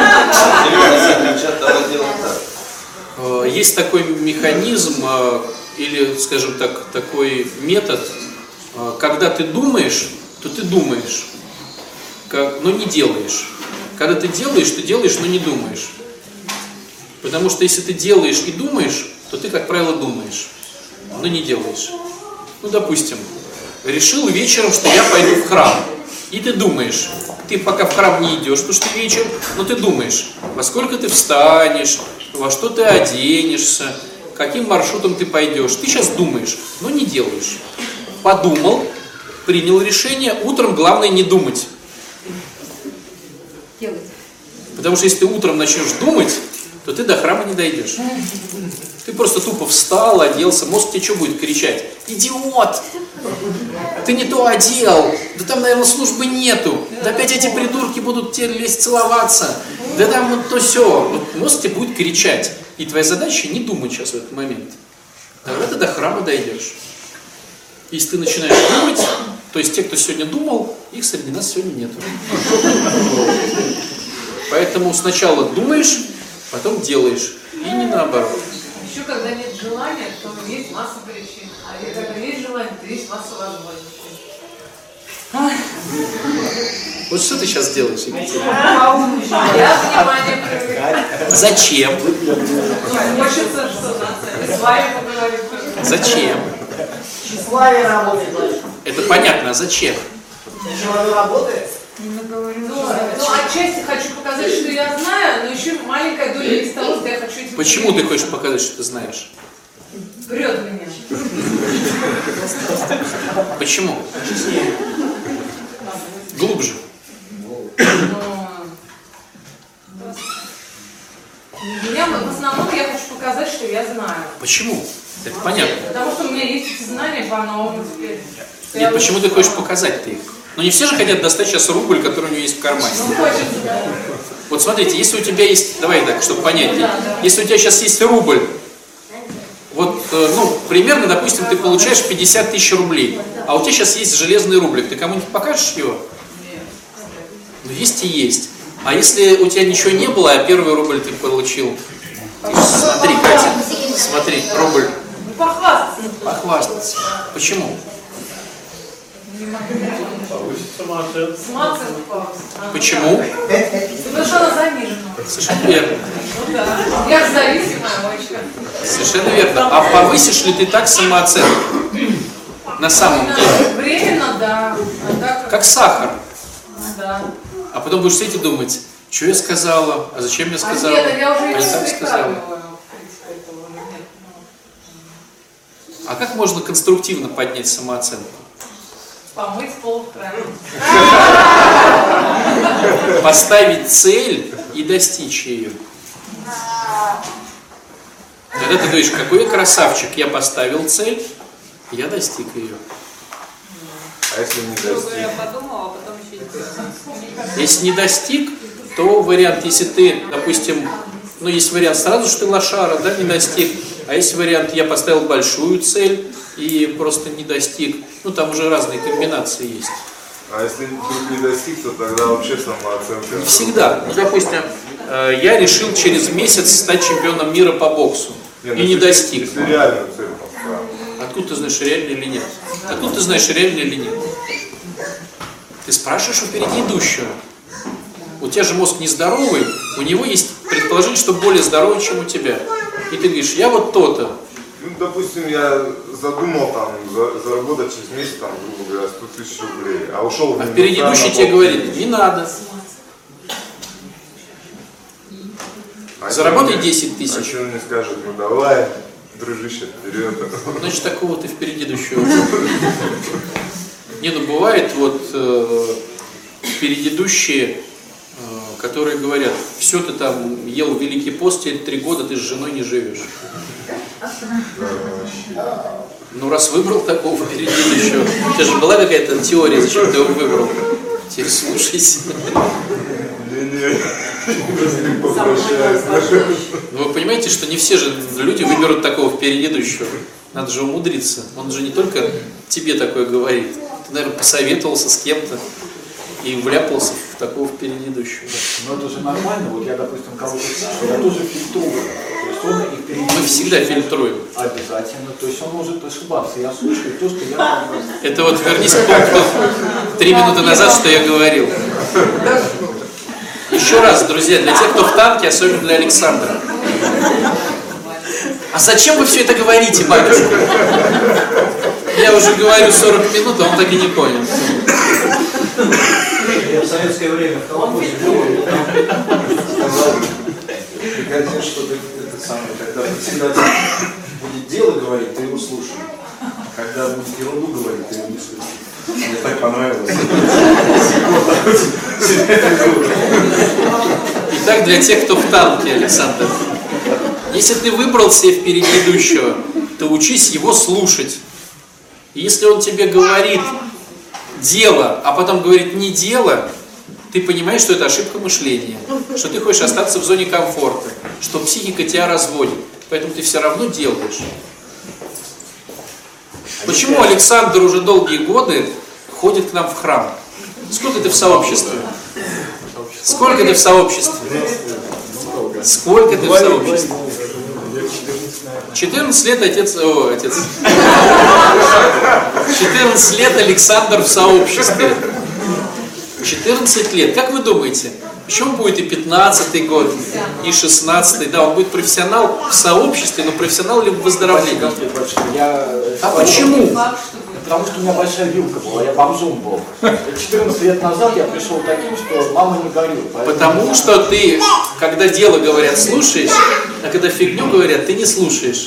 Speaker 1: Есть такой механизм, или, скажем так, такой метод, когда ты думаешь, то ты думаешь, но не делаешь. Когда ты делаешь, но не думаешь. Потому что если ты делаешь и думаешь, то ты, как правило, думаешь, но не делаешь. Допустим, решил вечером, что я пойду в храм. И ты думаешь, ты пока в храм не идешь, потому что вечер, но ты думаешь, во сколько ты встанешь, во что ты оденешься, каким маршрутом ты пойдешь. Ты сейчас думаешь, но не делаешь. Подумал, принял решение, утром главное не думать. Потому что если ты утром начнешь думать, то ты до храма не дойдешь. Ты просто тупо встал, оделся, мозг тебе что будет кричать? Идиот! Ты не то одел, да там, наверное, службы нету, да опять эти придурки будут тебе лезть целоваться, да там вот то все. Вот мозг тебе будет кричать. И твоя задача не думать сейчас в этот момент. Тогда ты до храма дойдешь. Если ты начинаешь думать, то есть те, кто сегодня думал, их среди нас сегодня нету. Поэтому сначала думаешь, потом делаешь. И не наоборот.
Speaker 8: Еще когда нет желания, то есть масса причин. А когда есть желание, то есть масса возможностей.
Speaker 1: Вот что ты сейчас делаешь, Екатерина?
Speaker 8: Я внимание привлекаю.
Speaker 1: Зачем?
Speaker 8: Хочется, что надо с вами поговорить.
Speaker 1: Зачем?
Speaker 4: Тщеславие работает.
Speaker 1: Это понятно, а зачем?
Speaker 4: Зачем оно работает?
Speaker 8: Ну, отчасти хочу показать, что я знаю, но еще маленькая доля есть того, что я хочу этим.
Speaker 1: Почему ты хочешь показать, что ты знаешь?
Speaker 8: Врет меня.
Speaker 1: Почему? Глубже.
Speaker 8: В основном я хочу показать, что я знаю.
Speaker 1: Почему? Это понятно.
Speaker 8: Потому что у меня есть эти знания по-новому теперь.
Speaker 1: Нет, почему ты хочешь показать-то их? Но не все же хотят достать сейчас рубль, который у него есть в кармане.
Speaker 8: Ну, хочется, да.
Speaker 1: Вот смотрите, если у тебя есть, давай так, чтобы понять, если у тебя сейчас есть рубль, вот, примерно, допустим, ты получаешь 50 тысяч рублей, а у тебя сейчас есть железный рублик, ты кому-нибудь покажешь его?
Speaker 8: Нет.
Speaker 1: Ну, есть и есть. А если у тебя ничего не было, а первый рубль ты получил? Смотри, Катя, смотри, рубль.
Speaker 8: Ну, похвастаться.
Speaker 1: Похвастаться. Почему?
Speaker 8: Самооценка.
Speaker 1: Почему?
Speaker 8: Потому что она занижена.
Speaker 1: Совершенно верно.
Speaker 8: Ну да. Я же зависимая очень.
Speaker 1: Совершенно верно. А повысишь ли ты так самооценку? На самом деле.
Speaker 8: Временно, да. А так,
Speaker 1: Как сахар.
Speaker 8: да.
Speaker 1: А потом будешь сидеть и думать, что я сказала, а зачем я сказала,
Speaker 8: Нет, я уже
Speaker 1: а не так сказала.
Speaker 8: исправила. В принципе, этого уже нет.
Speaker 1: А как можно конструктивно поднять самооценку?
Speaker 8: Помыть пол в кране.
Speaker 1: Поставить цель и достичь ее. Тогда ты говоришь, какой я красавчик, я поставил цель, я достиг ее.
Speaker 6: А если не
Speaker 5: Грубо
Speaker 6: достиг?
Speaker 5: говоря, подумала, а потом еще не сделала.
Speaker 1: Если не достиг, то вариант, если ты, допустим, ну есть вариант сразу, что ты лошара, да, не достиг, а есть вариант, я поставил большую цель и просто не достиг, ну там уже разные комбинации есть.
Speaker 6: А если вдруг не достиг, то тогда вообще самооценка.
Speaker 1: Не всегда. Ну, допустим, я решил через месяц стать чемпионом мира по боксу и не достиг.
Speaker 6: Если реальную цель поставил.
Speaker 1: Откуда ты знаешь, реально или нет? Откуда ты знаешь, реально или нет? Ты спрашиваешь у впереди идущего. У тебя же мозг нездоровый, у него есть предположение, что более здоровый, чем у тебя. И ты говоришь, я вот то-то.
Speaker 6: Ну, допустим, я задумал там заработать через месяц, там, грубо говоря, 100 тысяч рублей, а ушел в
Speaker 1: А впереди идущий тебе говорит, не надо. Заработай 10 тысяч.
Speaker 6: А что он мне скажет, ну давай, дружище, вперед.
Speaker 1: Значит, такого ты впереди идущего. Не, ну бывает вот впереди идущие, которые говорят, все ты там ел Великий пост, теперь 3 года ты с женой не живешь. Ну раз выбрал такого впереди идущего, у тебя же была какая-то теория, зачем ты его выбрал? Теперь слушайся. Ну вы понимаете, что не все же люди выберут такого впереди идущего. Надо же умудриться. Он же не только тебе такое говорит. Ты, наверное, посоветовался с кем-то и вляпался в такого впереди идущего.
Speaker 2: Но это же нормально. Вот я, допустим, кого-то слышу, я тоже фильтрую. То есть он и впереди.
Speaker 1: Мы всегда фильтруем.
Speaker 2: Обязательно. То есть он может ошибаться. Я слушаю то, что я...
Speaker 1: Это вот вернись к пункту 3 минуты назад, что я говорил. Еще раз, друзья, для тех, кто в танке, особенно для Александра. А зачем вы все это говорите, батюшка? Я уже говорю 40 минут, а он так и не понял.
Speaker 4: Я в советское время в колхозе жил, сказал, пригодил, что это самое, когда председатель будет дело говорить, ты его слушай. Когда будет ерунду говорить, ты его не слушай. Мне так понравилось.
Speaker 1: Итак, для тех, кто в танке, Александр, если ты выбрал себе впереди идущего, то учись его слушать. И если он тебе говорит дело, а потом говорит не дело, ты понимаешь, что это ошибка мышления, что ты хочешь остаться в зоне комфорта, что психика тебя разводит, поэтому ты все равно делаешь. Почему Александр уже долгие годы ходит к нам в храм? Сколько ты в сообществе? Сколько ты в сообществе? Сколько ты в сообществе? 14 лет отец. 14 лет Александр в сообществе. 14 лет. Как вы думаете, почему будет и 15-й год, и 16-й? Да, он будет профессионал в сообществе, но профессионал ли в выздоровлении? А почему?
Speaker 2: Потому что у меня большая вилка была, я бомжом был. 14 лет назад я пришел таким, что мама не горюет.
Speaker 1: Потому что ты, когда дело говорят, слушаешь, а когда фигню говорят, ты не слушаешь.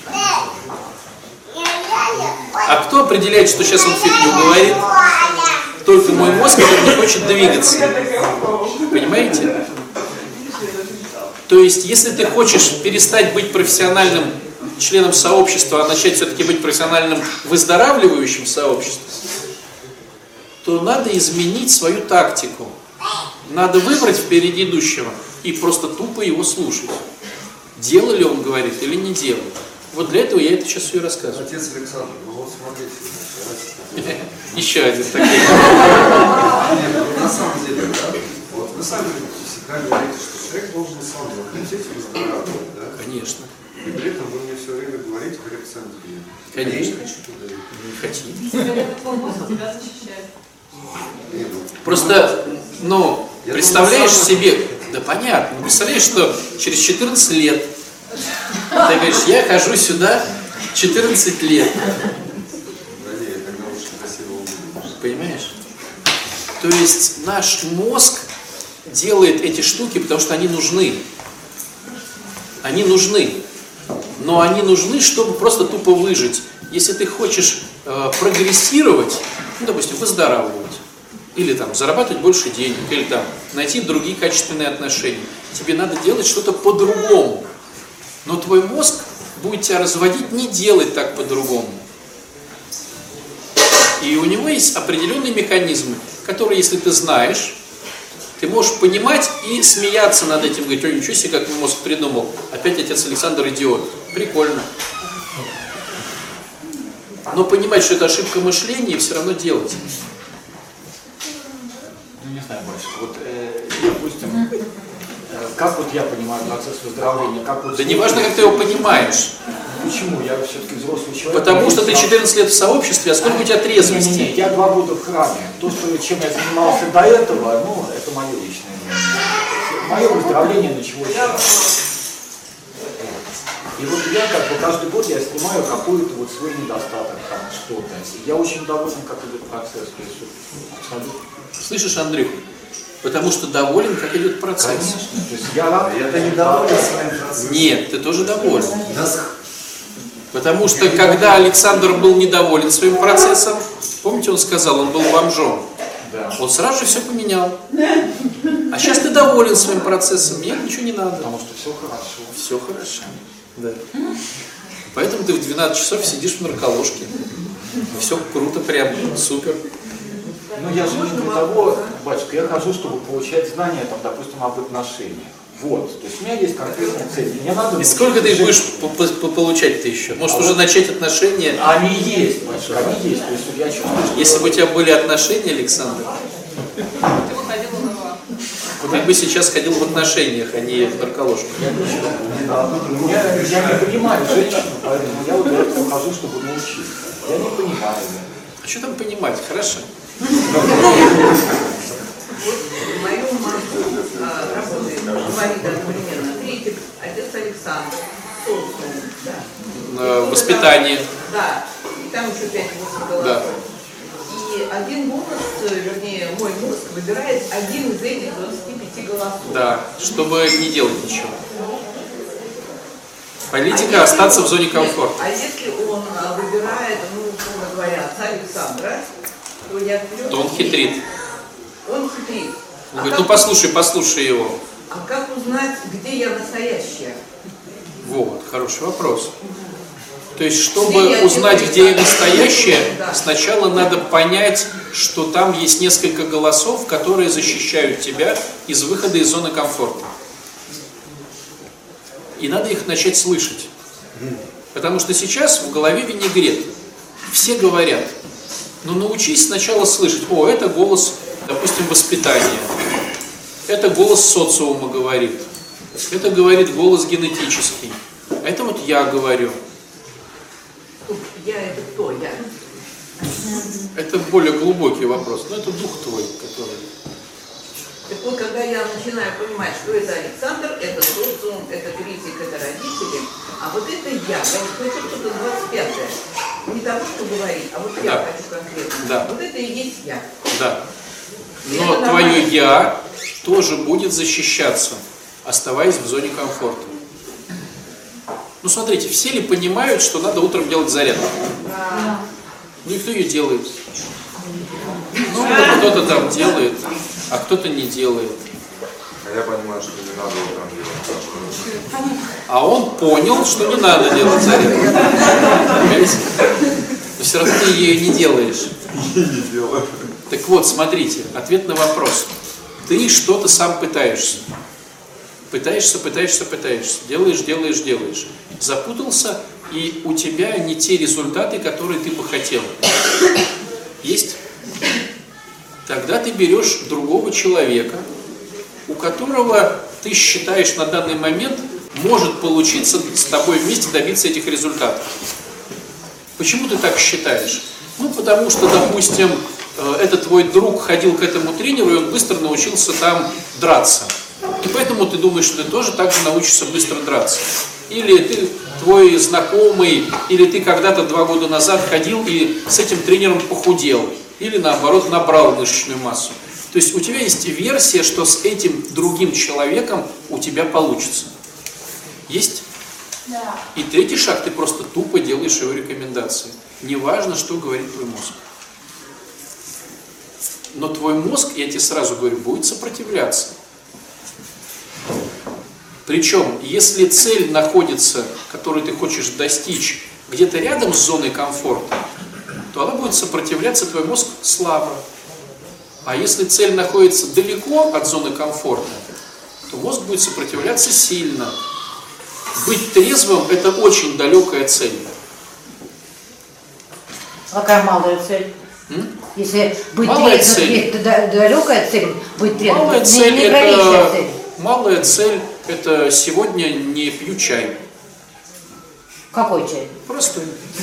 Speaker 1: А кто определяет, что сейчас он фигню говорит? Только мой мозг, который не хочет двигаться. Понимаете? То есть, если ты хочешь перестать быть профессиональным членом сообщества, а начать все-таки быть профессиональным выздоравливающим сообществом, то надо изменить свою тактику. Надо выбрать впереди идущего и просто тупо его слушать. Дело ли он говорит или не делает. Вот для этого я это сейчас все и рассказываю.
Speaker 9: Отец Александр, ну вот смотрите.
Speaker 1: Еще один такой.
Speaker 9: На самом деле, да, вот вы сами всегда говорите, что человек должен сам захотеть выздоравливать, да?
Speaker 1: Конечно.
Speaker 9: И при этом вы мне все время говорите, как Александр.
Speaker 1: Конечно.
Speaker 9: Я не хочу туда идти.
Speaker 1: хотим.
Speaker 5: Теперь этот твой мозг тебя защищает.
Speaker 1: Просто, ну, представляешь себе, да понятно, представляешь, что через 14 лет ты говоришь, я хожу сюда 14 лет. Понимаешь? То есть наш мозг делает эти штуки, потому что они нужны. Они нужны. Но они нужны, чтобы просто тупо выжить. Если ты хочешь прогрессировать, ну, допустим, выздоравливать, или там зарабатывать больше денег, или там найти другие качественные отношения, тебе надо делать что-то по-другому. Но твой мозг будет тебя разводить не делать так по-другому. И у него есть определенные механизмы, которые, если ты знаешь, ты можешь понимать и смеяться над этим, говорить, ой, ничего себе, как мой мозг придумал. Опять отец Александр идиот. Прикольно. Но понимать, что это ошибка мышления, и все равно делать.
Speaker 2: Ну, не знаю, больше. Вот, допустим, как вот я понимаю процесс выздоровления, как вот...
Speaker 1: Да не важно, как ты его понимаешь.
Speaker 2: Почему? Я все-таки взрослый человек.
Speaker 1: Потому что ты 14 лет в сообществе, а сколько у тебя трезвости?
Speaker 2: Не, я 2 года в храме. То, что, чем я занимался до этого, ну, это мое личное мнение. Мое выздоровление началось сейчас. И вот я как бы каждый год я снимаю какой-то вот свой недостаток, там что-то. И я очень доволен, как идет процесс. То есть, абсолютно.
Speaker 1: Слышишь, Андрюх? Потому что доволен, как идет процесс.
Speaker 2: Конечно. То есть я рад.
Speaker 9: Я-то недоволен своим процессом.
Speaker 1: Нет, ты тоже доволен.
Speaker 9: Да,
Speaker 1: Потому что когда Александр был недоволен своим процессом, помните, он сказал, он был бомжом.
Speaker 2: Да.
Speaker 1: Он сразу же все поменял. А сейчас ты доволен своим процессом, мне ничего не надо.
Speaker 2: Потому что все хорошо.
Speaker 1: Все хорошо. Да. Поэтому ты в 12 часов сидишь в нарколожке. Все круто, прям супер.
Speaker 2: Ну я же не для того, батюшка, я хожу, чтобы получать знания, там, допустим, об отношениях. Вот. То есть у меня есть конкретная цель. Мне надо.
Speaker 1: И сколько ты будешь получать-то еще? Может, уже начать отношения?
Speaker 2: Они есть, батюшка, они есть. То есть я чувствую, что...
Speaker 1: Если бы у тебя были отношения, Александр,
Speaker 5: Ты бы ходил в НВА.
Speaker 1: ты бы сейчас ходил в отношениях, а не в нарколожку.
Speaker 2: Я не понимаю женщину, поэтому я вот для этого хожу, чтобы научиться. Я не понимаю.
Speaker 1: А что там понимать? Хорошо.
Speaker 10: В моем работе говорит одновременно третий отец Александр, социум,
Speaker 1: Воспитание.
Speaker 10: да, и там еще 5-8 голосов.
Speaker 1: Да.
Speaker 10: И один голос, вернее, мой мозг выбирает один из этих 25 голосов.
Speaker 1: Да, чтобы не делать ничего. Политика остаться в зоне комфорта.
Speaker 10: А если он выбирает, ну, условно говоря, отца Александра, то я вперед...
Speaker 1: То он хитрит.
Speaker 10: Он хитрит.
Speaker 1: Он говорит, ну послушай его.
Speaker 10: А как узнать, где я настоящая?
Speaker 1: Вот, хороший вопрос. То есть, чтобы узнать, где я настоящая, сначала надо понять, что там есть несколько голосов, которые защищают тебя из выхода из зоны комфорта. И надо их начать слышать. Потому что сейчас в голове винегрет. Все говорят, но научись сначала слышать, о, это голос, допустим, воспитания. Это голос социума говорит. Это говорит голос генетический. А это вот я говорю.
Speaker 10: Я это кто? Я?
Speaker 1: Это более глубокий вопрос. Но это дух твой, который...
Speaker 10: Так вот, когда я начинаю понимать, что это Александр, это социум, это критик, это родители, а вот это я вот хочу что-то 25-е. Не того, что говорит, а вот я хочу конкретно.
Speaker 1: Да.
Speaker 10: Вот это и есть я.
Speaker 1: Да. Но твое «я» тоже будет защищаться, оставаясь в зоне комфорта. Ну, смотрите, все ли понимают, что надо утром делать зарядку?
Speaker 10: Да.
Speaker 1: Ну, и кто ее делает? Ну, кто-то там делает, а кто-то не делает.
Speaker 4: А я понимаю, что не надо утром делать.
Speaker 1: А он понял, что не надо делать зарядку. Понимаете? Но все равно ты ее не делаешь.
Speaker 4: Не делаю.
Speaker 1: Так вот, смотрите, ответ на вопрос. Ты что-то сам пытаешься. Пытаешься. Делаешь. Запутался, и у тебя не те результаты, которые ты бы хотел. Есть? Тогда ты берешь другого человека, у которого ты считаешь на данный момент может получиться с тобой вместе добиться этих результатов. Почему ты так считаешь? Ну, потому что, допустим, этот твой друг ходил к этому тренеру, и он быстро научился там драться. И поэтому ты думаешь, что ты тоже так же научишься быстро драться. Или ты, твой знакомый, или ты когда-то 2 года назад ходил и с этим тренером похудел. Или наоборот набрал мышечную массу. То есть у тебя есть версия, что с этим другим человеком у тебя получится. Есть?
Speaker 3: Да.
Speaker 1: И третий шаг, ты просто тупо делаешь его рекомендации. Неважно, что говорит твой мозг. Но твой мозг, я тебе сразу говорю, будет сопротивляться. Причем, если цель находится, которую ты хочешь достичь, где-то рядом с зоной комфорта, то она будет сопротивляться, твой мозг слабо. А если цель находится далеко от зоны комфорта, то мозг будет сопротивляться сильно. Быть трезвым – это очень далекая цель.
Speaker 11: Какая малая цель? Если быть
Speaker 1: малая
Speaker 11: трезвым,
Speaker 1: цель.
Speaker 11: Далекая цель, быть трезвым,
Speaker 1: Малая цель,
Speaker 11: не граничная цель.
Speaker 1: Малая цель – это сегодня не пью чай.
Speaker 11: Какой чай?
Speaker 1: Простой.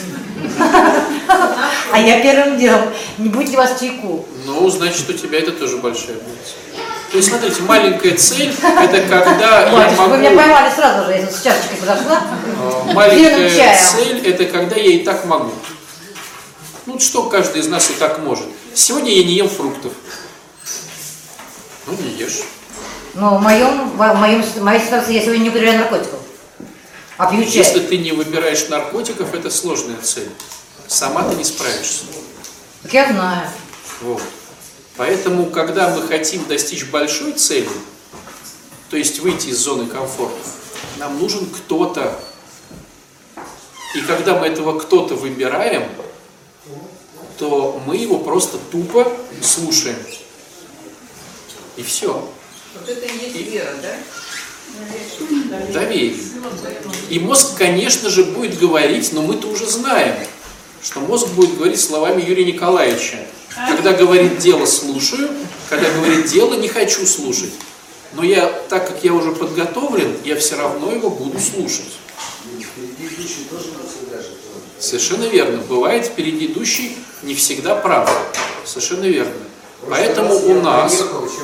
Speaker 11: А я первым делом, не будь ли вас чайку.
Speaker 1: Ну, значит, у тебя это тоже большая цель. То есть, смотрите, маленькая цель – это когда я могу…
Speaker 11: Вы меня поймали сразу же, я с чашечкой подошла.
Speaker 1: Маленькая цель – это когда я и так могу. Ну, что каждый из нас и так может. Сегодня я не ем фруктов. Ну, не ешь.
Speaker 11: Но в моей ситуации я сегодня не употребляю наркотиков. А пью чай.
Speaker 1: Если ты не выбираешь наркотиков, это сложная цель. Сама ты не справишься.
Speaker 11: Так я знаю.
Speaker 1: Вот. Поэтому, когда мы хотим достичь большой цели, то есть выйти из зоны комфорта, нам нужен кто-то. И когда мы этого кто-то выбираем, то мы его просто тупо слушаем. И все.
Speaker 10: Вот это и есть вера, да?
Speaker 1: Доверие. И мозг, конечно же, будет говорить, но мы-то уже знаем, что мозг будет говорить словами Юрия Николаевича. Когда говорит дело, слушаю, когда говорит дело, не хочу слушать. Но я, так как я уже подготовлен, я все равно его буду слушать. Совершенно верно. Бывает, впереди идущий не всегда прав. Совершенно верно. Поэтому у нас…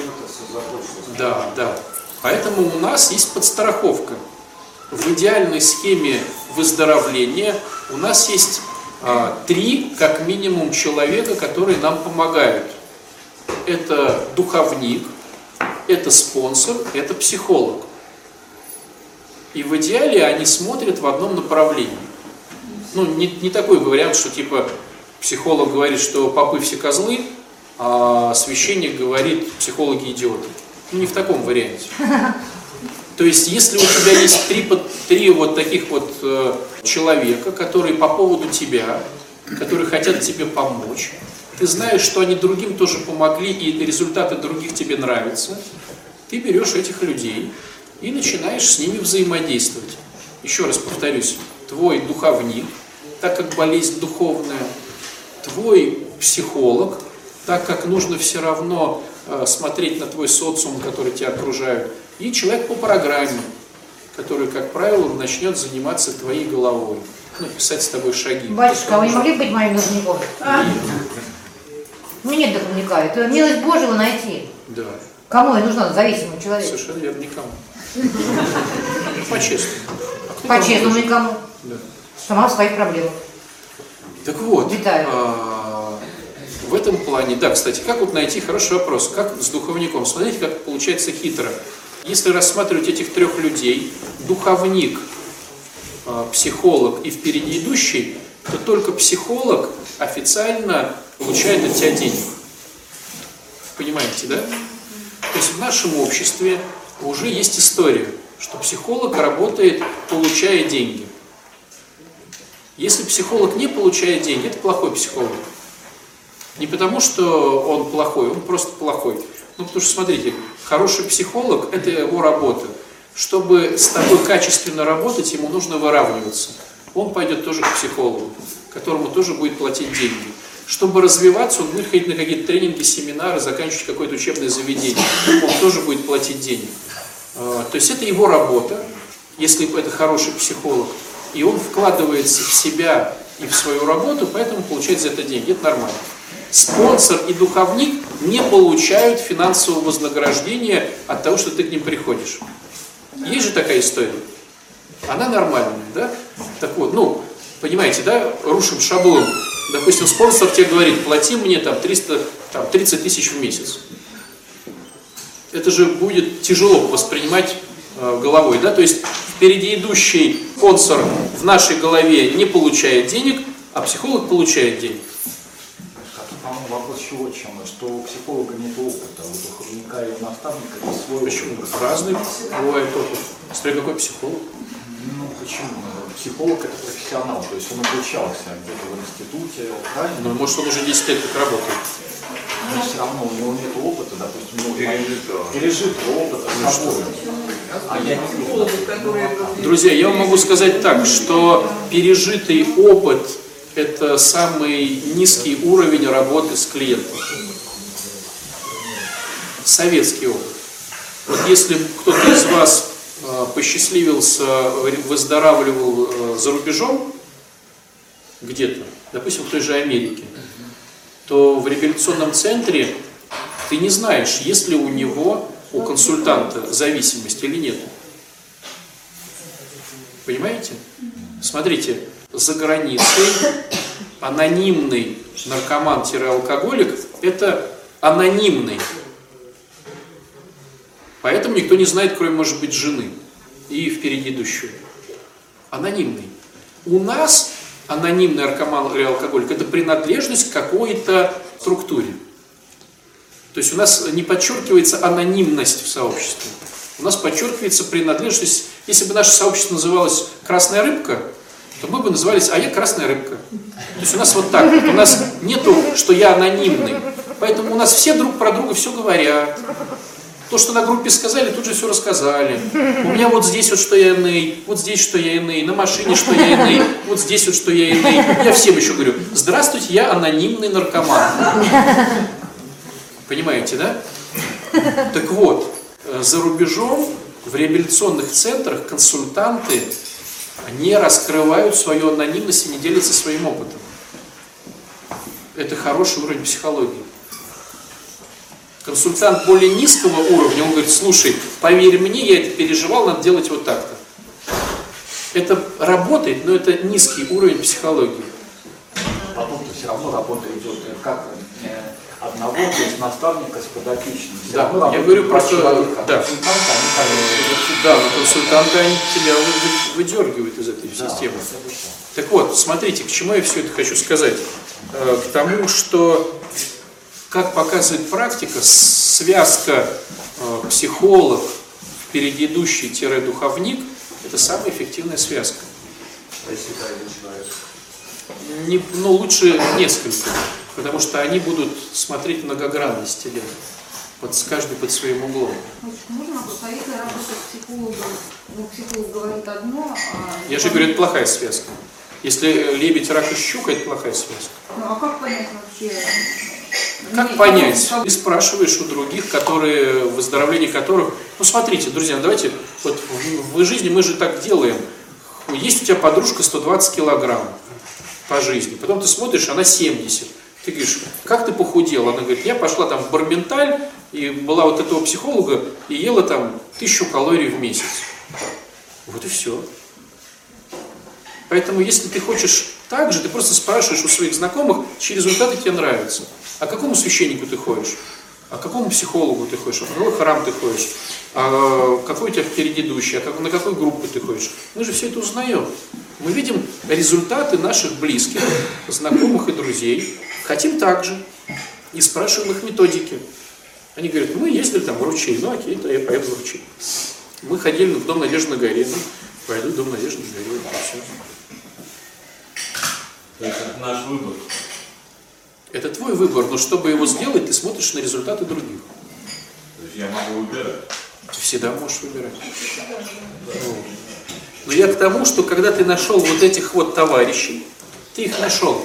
Speaker 1: Да. Поэтому у нас есть подстраховка. В идеальной схеме выздоровления у нас есть 3, как минимум, человека, которые нам помогают. Это духовник, это спонсор, это психолог. И в идеале они смотрят в одном направлении. Ну, не такой вариант, что типа психолог говорит, что попы все козлы, а священник говорит, психологи идиоты. Ну, не в таком варианте. То есть, если у тебя есть 3 вот таких вот человека, которые по поводу тебя, которые хотят тебе помочь, ты знаешь, что они другим тоже помогли, и результаты других тебе нравятся, ты берешь этих людей и начинаешь с ними взаимодействовать. Еще раз повторюсь, твой духовник, так как болезнь духовная, твой психолог, так как нужно все равно смотреть на твой социум, который тебя окружает, и человек по программе, который, как правило, начнет заниматься твоей головой, писать с тобой шаги.
Speaker 11: Батюшка, а вы не могли быть моим духовником? Ну нет духовника, это милость Божьего найти.
Speaker 1: Да.
Speaker 11: Кому и нужна зависимому человеку?
Speaker 1: Совершенно верно, никому. По-честному.
Speaker 11: По-честному никому.
Speaker 1: Да.
Speaker 11: Сама в своих проблемах.
Speaker 1: Так вот,
Speaker 11: Витаю.
Speaker 1: В этом плане, да, кстати, как вот найти, хороший вопрос, как с духовником? Смотрите, как получается хитро. Если рассматривать этих 3 людей, духовник, психолог и впереди идущий, то только психолог официально получает от тебя денег. Понимаете, да? То есть в нашем обществе уже есть история, что психолог работает, получая деньги. Если психолог не получает деньги, это плохой психолог. Не потому, что он плохой, он просто плохой. Ну, потому что, смотрите, хороший психолог – это его работа. Чтобы с тобой качественно работать, ему нужно выравниваться. Он пойдет тоже к психологу, которому тоже будет платить деньги. Чтобы развиваться, он будет ходить на какие-то тренинги, семинары, заканчивать какое-то учебное заведение. Он тоже будет платить денег. То есть это его работа, если это хороший психолог. И он вкладывается в себя и в свою работу, поэтому получает за это деньги. Это нормально. Спонсор и духовник не получают финансового вознаграждения от того, что ты к ним приходишь. Есть же такая история. Она нормальная, да? Так вот, ну, понимаете, да, рушим шаблон. Допустим, спонсор тебе говорит, плати мне там 30 тысяч в месяц. Это же будет тяжело воспринимать головой, да? То есть впереди идущий спонсор в нашей голове не получает денег, а психолог получает денег.
Speaker 2: По-моему, вопрос еще вот в чем, что у психолога нет опыта, у духовника и у наставника есть свой опыт.
Speaker 1: Почему? Разный бывает опыт. Смотри, какой психолог.
Speaker 2: Ну, почему? Психолог это профессионал, то есть он обучался где-то в институте, правильно?
Speaker 1: Ну, может, он уже 10 лет как работает.
Speaker 2: Но все равно у него нет опыта, допустим, пережитого опыта с собой. А я не.
Speaker 1: Друзья, я вам могу сказать так, что пережитый опыт – это самый низкий уровень работы с клиентом. Советский опыт. Вот если кто-то из вас посчастливился, выздоравливал за рубежом, где-то, допустим, в той же Америке, то в реабилитационном центре ты не знаешь, есть ли у него, у консультанта, зависимость или нет. Понимаете? Смотрите, за границей анонимный наркоман-алкоголик – это анонимный. Поэтому никто не знает, кроме, может быть, жены и впереди идущего. Анонимный. У нас анонимный наркоман или алкоголик – это принадлежность к какой-то структуре. То есть у нас не подчеркивается анонимность в сообществе. У нас подчеркивается принадлежность. Если бы наше сообщество называлось «Красная рыбка», то мы бы назывались «А я красная рыбка». То есть у нас вот так вот. У нас нету, что я анонимный. Поэтому у нас все друг про друга все говорят. То, что на группе сказали, тут же все рассказали. У меня вот здесь вот, что я иный, вот здесь, что я иный, на машине, что я иный, вот здесь вот, что я иный. Я всем еще говорю: здравствуйте, я анонимный наркоман. Понимаете, да? Так вот, за рубежом, в реабилитационных центрах консультанты не раскрывают свою анонимность и не делятся своим опытом. Это хороший уровень психологии. Консультант более низкого уровня, он говорит: слушай, поверь мне, я это переживал, надо делать вот так-то. Это работает, но это низкий уровень психологии.
Speaker 2: Потом-то все равно работа идет как одного, то есть наставника с подопечным.
Speaker 1: Да, я говорю про то, да. Да, но консультанты, они тебя выдергивают из этой системы. Так вот, смотрите, к чему я все это хочу сказать. К тому, что, как показывает практика, связка психолог, впереди идущий-духовник – это самая эффективная связка.
Speaker 9: А если это один человек?
Speaker 1: Ну, лучше несколько, потому что они будут смотреть многогранность или каждый под своим углом.
Speaker 12: Можно посоветовать работать с психологом? Ну, психолог говорит одно, а...
Speaker 1: Я же говорю, это плохая связка. Если лебедь, рак и щука, это плохая связка.
Speaker 12: Ну, а как понять вообще?
Speaker 1: Как понять? Ты спрашиваешь у других, которые, выздоровление которых... Ну, смотрите, друзья, давайте, вот в жизни мы же так делаем. Есть у тебя подружка 120 килограмм по жизни, потом ты смотришь, она 70. Ты говоришь: как ты похудела? Она говорит: я пошла там в Барменталь, и была вот этого психолога, и ела там 1000 калорий в месяц. Вот и все. Поэтому, если ты хочешь так же, ты просто спрашиваешь у своих знакомых, чьи результаты тебе нравятся. А к какому священнику ты ходишь? А к какому психологу ты ходишь? А в какой храм ты ходишь? А какой у тебя впереди идущий? А на какую группу ты ходишь? Мы же все это узнаем. Мы видим результаты наших близких, знакомых и друзей. Хотим так же. И спрашиваем их методики. Они говорят: мы ездили там в ручей. Ну окей, то я поеду в ручей. Мы ходили в Дом Надежды на горе. Ну, пойду в Дом Надежды на горе. И все.
Speaker 6: Это наш выбор.
Speaker 1: Это твой выбор, но чтобы его сделать, ты смотришь на результаты других.
Speaker 6: То есть я могу выбирать.
Speaker 1: Ты всегда можешь выбирать. Но я к тому, что когда ты нашел вот этих вот товарищей, ты их нашел,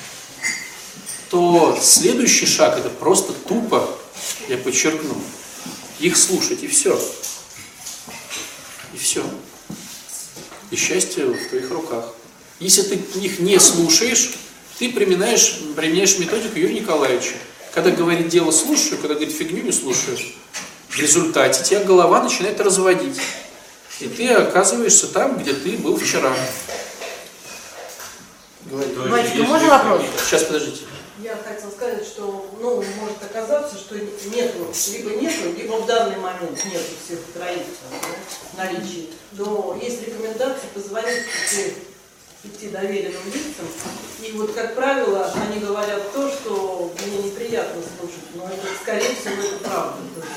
Speaker 1: то следующий шаг — это просто тупо, я подчеркну, их слушать, и все. И все. И счастье в твоих руках. Если ты их не слушаешь, ты применяешь методику Юрия Николаевича. Когда говорит дело слушаю, когда говорит фигню не слушаю, в результате тебя голова начинает разводить. И ты оказываешься там, где ты был вчера.
Speaker 11: Мальчик, можно вопрос?
Speaker 1: Сейчас, подождите.
Speaker 8: Я хотела сказать, что, может оказаться, что нету, либо в данный момент нету всех троих в наличии, но есть рекомендация позвонить пяти доверенным лицам. И вот, как правило, они говорят то, что мне неприятно слушать, но это, скорее всего, это правда.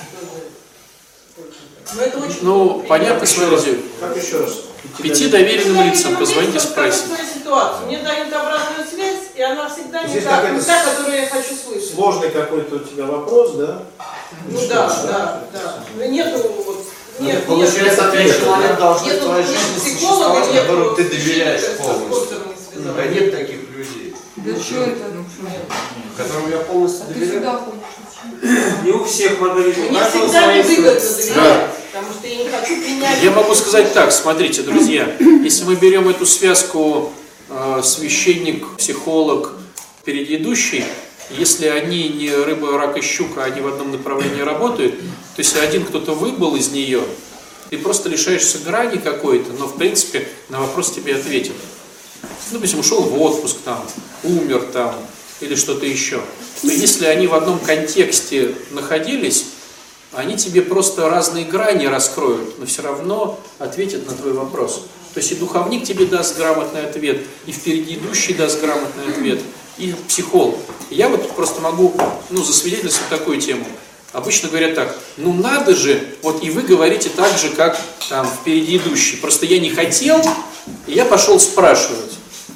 Speaker 8: Но это очень
Speaker 1: понятно, смотрите.
Speaker 9: Как еще раз?
Speaker 1: 5 доверенным лицам позвоните, спросите.
Speaker 8: Ситуацию. Мне дают обратную связь, и она всегда не та, которую я хочу слышать.
Speaker 9: Сложный какой-то у тебя вопрос, да?
Speaker 8: Да. Нету нет,
Speaker 4: получается, ответ человек должен
Speaker 8: в
Speaker 4: твоей жизни существовать, которому ты доверяешь полностью. Да нет таких людей.
Speaker 12: Да что это?
Speaker 4: Которым я полностью
Speaker 12: Ты
Speaker 4: доверяю.
Speaker 12: сюда ходишь.
Speaker 9: Не у всех моделей.
Speaker 8: Мне всегда невыгодно доверять, потому что я не хочу принять.
Speaker 1: Я могу сказать так, смотрите, друзья, если мы берем эту связку священник, психолог, передидущий, если они не рыба, рак и щука, они в одном направлении работают, то если один кто-то выбыл из нее, ты просто лишаешься грани какой-то, но в принципе на вопрос тебе ответят. Допустим, ушел в отпуск, там, умер там, или что-то еще. То если они в одном контексте находились, они тебе просто разные грани раскроют, но все равно ответят на твой вопрос. То есть и духовник тебе даст грамотный ответ, и впереди идущий даст грамотный ответ, и психолог. Я вот просто могу, засвидетельствовать такую тему. Обычно говорят так, надо же, вот и вы говорите так же, как там впереди идущий. Просто я не хотел, и я пошел спрашивать.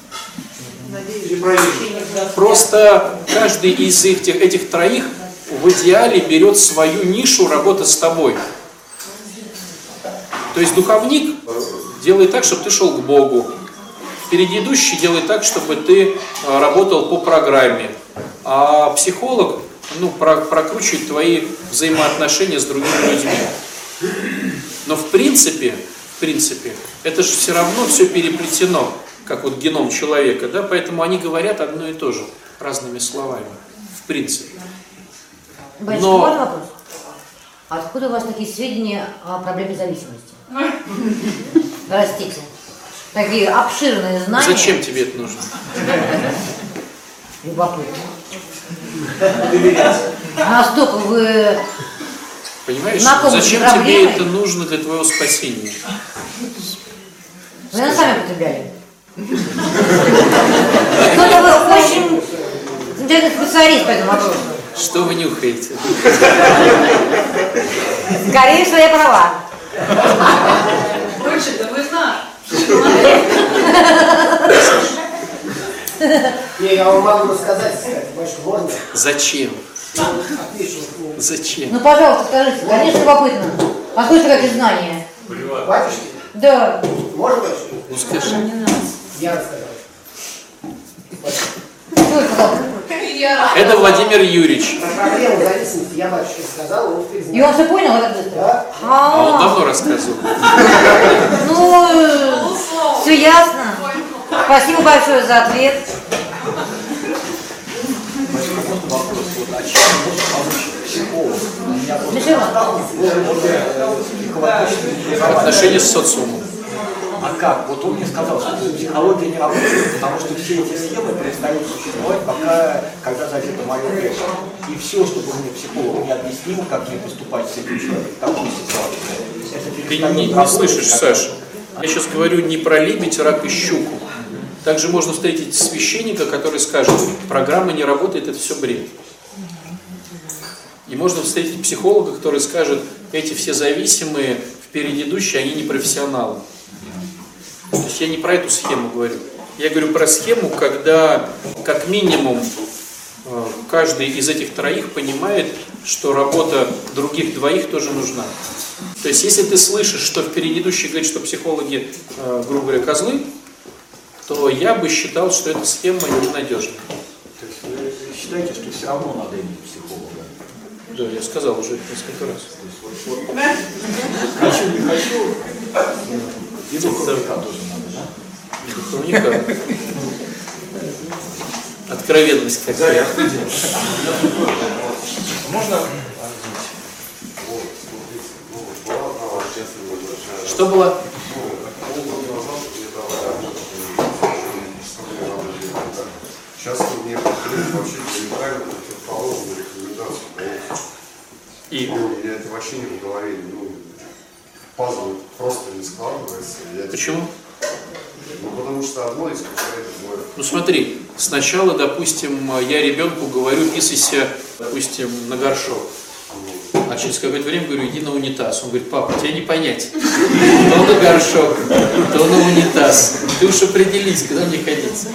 Speaker 1: Просто каждый из этих троих в идеале берет свою нишу работы с тобой. То есть духовник делает так, чтобы ты шел к Богу. Впереди идущий делает так, чтобы ты работал по программе. А психолог прокручивает твои взаимоотношения с другими людьми. Но в принципе, это же все равно все переплетено, как вот геном человека, да? Поэтому они говорят одно и то же, разными словами, в принципе.
Speaker 11: Батюшка, можно вопрос? Откуда у вас такие сведения о проблеме зависимости? Простите. Такие обширные знания.
Speaker 1: Зачем тебе это нужно?
Speaker 11: Любопытно. Настолько вы...
Speaker 1: Понимаешь, зачем тебе это нужно для твоего спасения?
Speaker 11: Вы нас сами потребляли. Кто-то вы очень интересный специалист по этому вопросу.
Speaker 1: Что вы нюхаете?
Speaker 11: Скорее всего, я права.
Speaker 8: Больше, да вы знаете.
Speaker 13: Я вам могу рассказать, батюшка, можно?
Speaker 1: Зачем? Зачем?
Speaker 11: Пожалуйста, скажите, конечно, любопытно. Откуда какие знания?
Speaker 13: Батюшки?
Speaker 11: Да.
Speaker 13: Можно, батюшка?
Speaker 1: Скажи.
Speaker 13: Я рассказал.
Speaker 11: Это
Speaker 1: Владимир Юрьевич.
Speaker 13: Про проблему зависимости я батюшке сказал, он теперь знает.
Speaker 11: И он все понял, вот это?
Speaker 13: Да.
Speaker 1: А он давно рассказывал.
Speaker 11: Все ясно. Спасибо большое за ответ.
Speaker 1: Отношения с социумом.
Speaker 2: А как? Вот он мне сказал, что психология не работает, потому что все эти схемы перестают существовать, когда задето мое время. И все, что бы мне психолог не объяснил, как мне поступать с этим человеком, в такой ситуации.
Speaker 1: Ты не слышишь, Саша. Я сейчас говорю не про лебедь, рак и щуку. Также можно встретить священника, который скажет, программа не работает, это все бред. И можно встретить психолога, который скажет, эти все зависимые, впереди идущие, они не профессионалы. То есть я не про эту схему говорю. Я говорю про схему, когда как минимум каждый из этих троих понимает, что работа других двоих тоже нужна. То есть если ты слышишь, что впереди идущий говорит, что психологи, грубо говоря, козлы, то я бы считал, что эта схема ненадежна.
Speaker 2: То есть вы считаете, что все равно надо иметь психолога?
Speaker 1: Да, я сказал уже несколько раз.
Speaker 2: Хочу, не хочу. И психолога тоже надо, да?
Speaker 1: Духовника. Откровенность какая.
Speaker 9: Можно?
Speaker 1: Что было?
Speaker 9: Сейчас мне вообще неправильно противоположную рекомендацию дают. И это вообще не в голове, пазл просто не складывается.
Speaker 1: Почему?
Speaker 9: Потому что одно исключает другое.
Speaker 1: Ну смотри, сначала, допустим, я ребенку говорю, писайся, допустим, на горшок. А через какое-то время говорю, иди на унитаз. Он говорит, папа, тебе не понять. То на горшок, то на унитаз. Ты уж определись, куда мне ходить.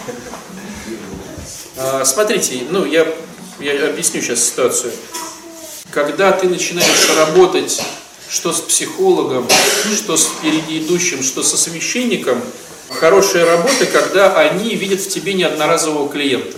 Speaker 1: Смотрите, я объясню сейчас ситуацию. Когда ты начинаешь работать что с психологом, что с впереди идущим, что со священником, хорошая работа, когда они видят в тебе не одноразового клиента.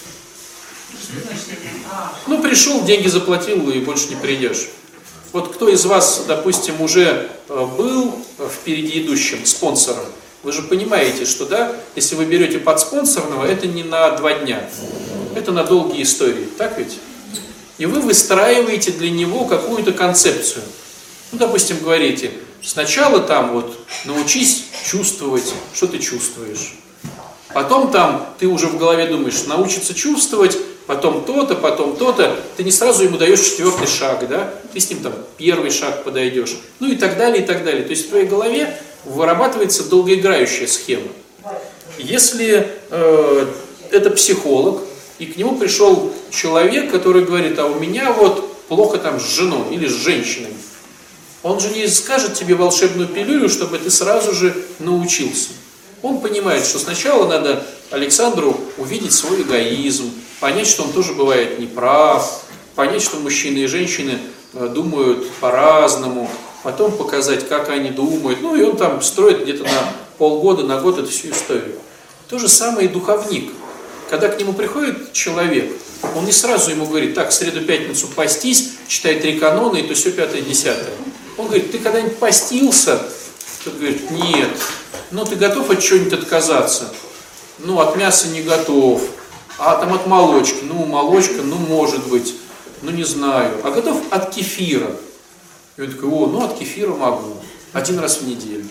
Speaker 1: Ну, пришел, деньги заплатил и больше не придешь. Вот кто из вас, допустим, уже был впереди идущим спонсором, вы же понимаете, что да, если вы берете подспонсорного, это не на 2 дня, это на долгие истории, так ведь? И вы выстраиваете для него какую-то концепцию. Ну, допустим, говорите, сначала там вот научись чувствовать, что ты чувствуешь. Потом там ты уже в голове думаешь, научиться чувствовать, потом то-то, потом то-то. Ты не сразу ему даешь 4-й шаг, да? Ты с ним там 1-й шаг подойдешь. Ну и так далее, и так далее. То есть в твоей голове вырабатывается долгоиграющая схема. Если это психолог, и к нему пришел человек, который говорит, а у меня вот плохо там с женой или с женщиной. Он же не скажет тебе волшебную пилюлю, чтобы ты сразу же научился. Он понимает, что сначала надо Александру увидеть свой эгоизм, понять, что он тоже бывает неправ, понять, что мужчины и женщины думают по-разному, потом показать, как они думают. Ну и он там строит где-то на полгода, на год эту всю историю. То же самое и духовник. Когда к нему приходит человек, он не сразу ему говорит, так, в среду-пятницу постись, читай 3 канона, и то все 5-е, 10-е. Он говорит, ты когда-нибудь постился? Тот говорит, нет. Ну, ты готов от чего-нибудь отказаться? Ну, от мяса не готов. А там от молочки? Ну, молочка, ну, может быть. Ну, не знаю. А готов от кефира? И он такой, ну, от кефира могу. 1 раз в неделю.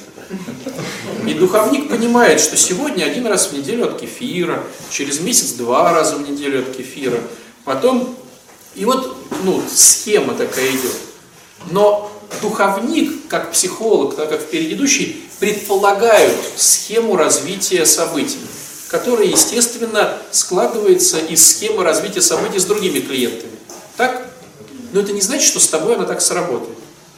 Speaker 1: И духовник понимает, что сегодня 1 раз в неделю от кефира, через месяц 2 раза в неделю от кефира. Потом, и вот, схема такая идет. Но духовник, как психолог, так как впереди идущий, предполагают схему развития событий, которая, естественно, складывается из схемы развития событий с другими клиентами. Так? Но это не значит, что с тобой она так сработает.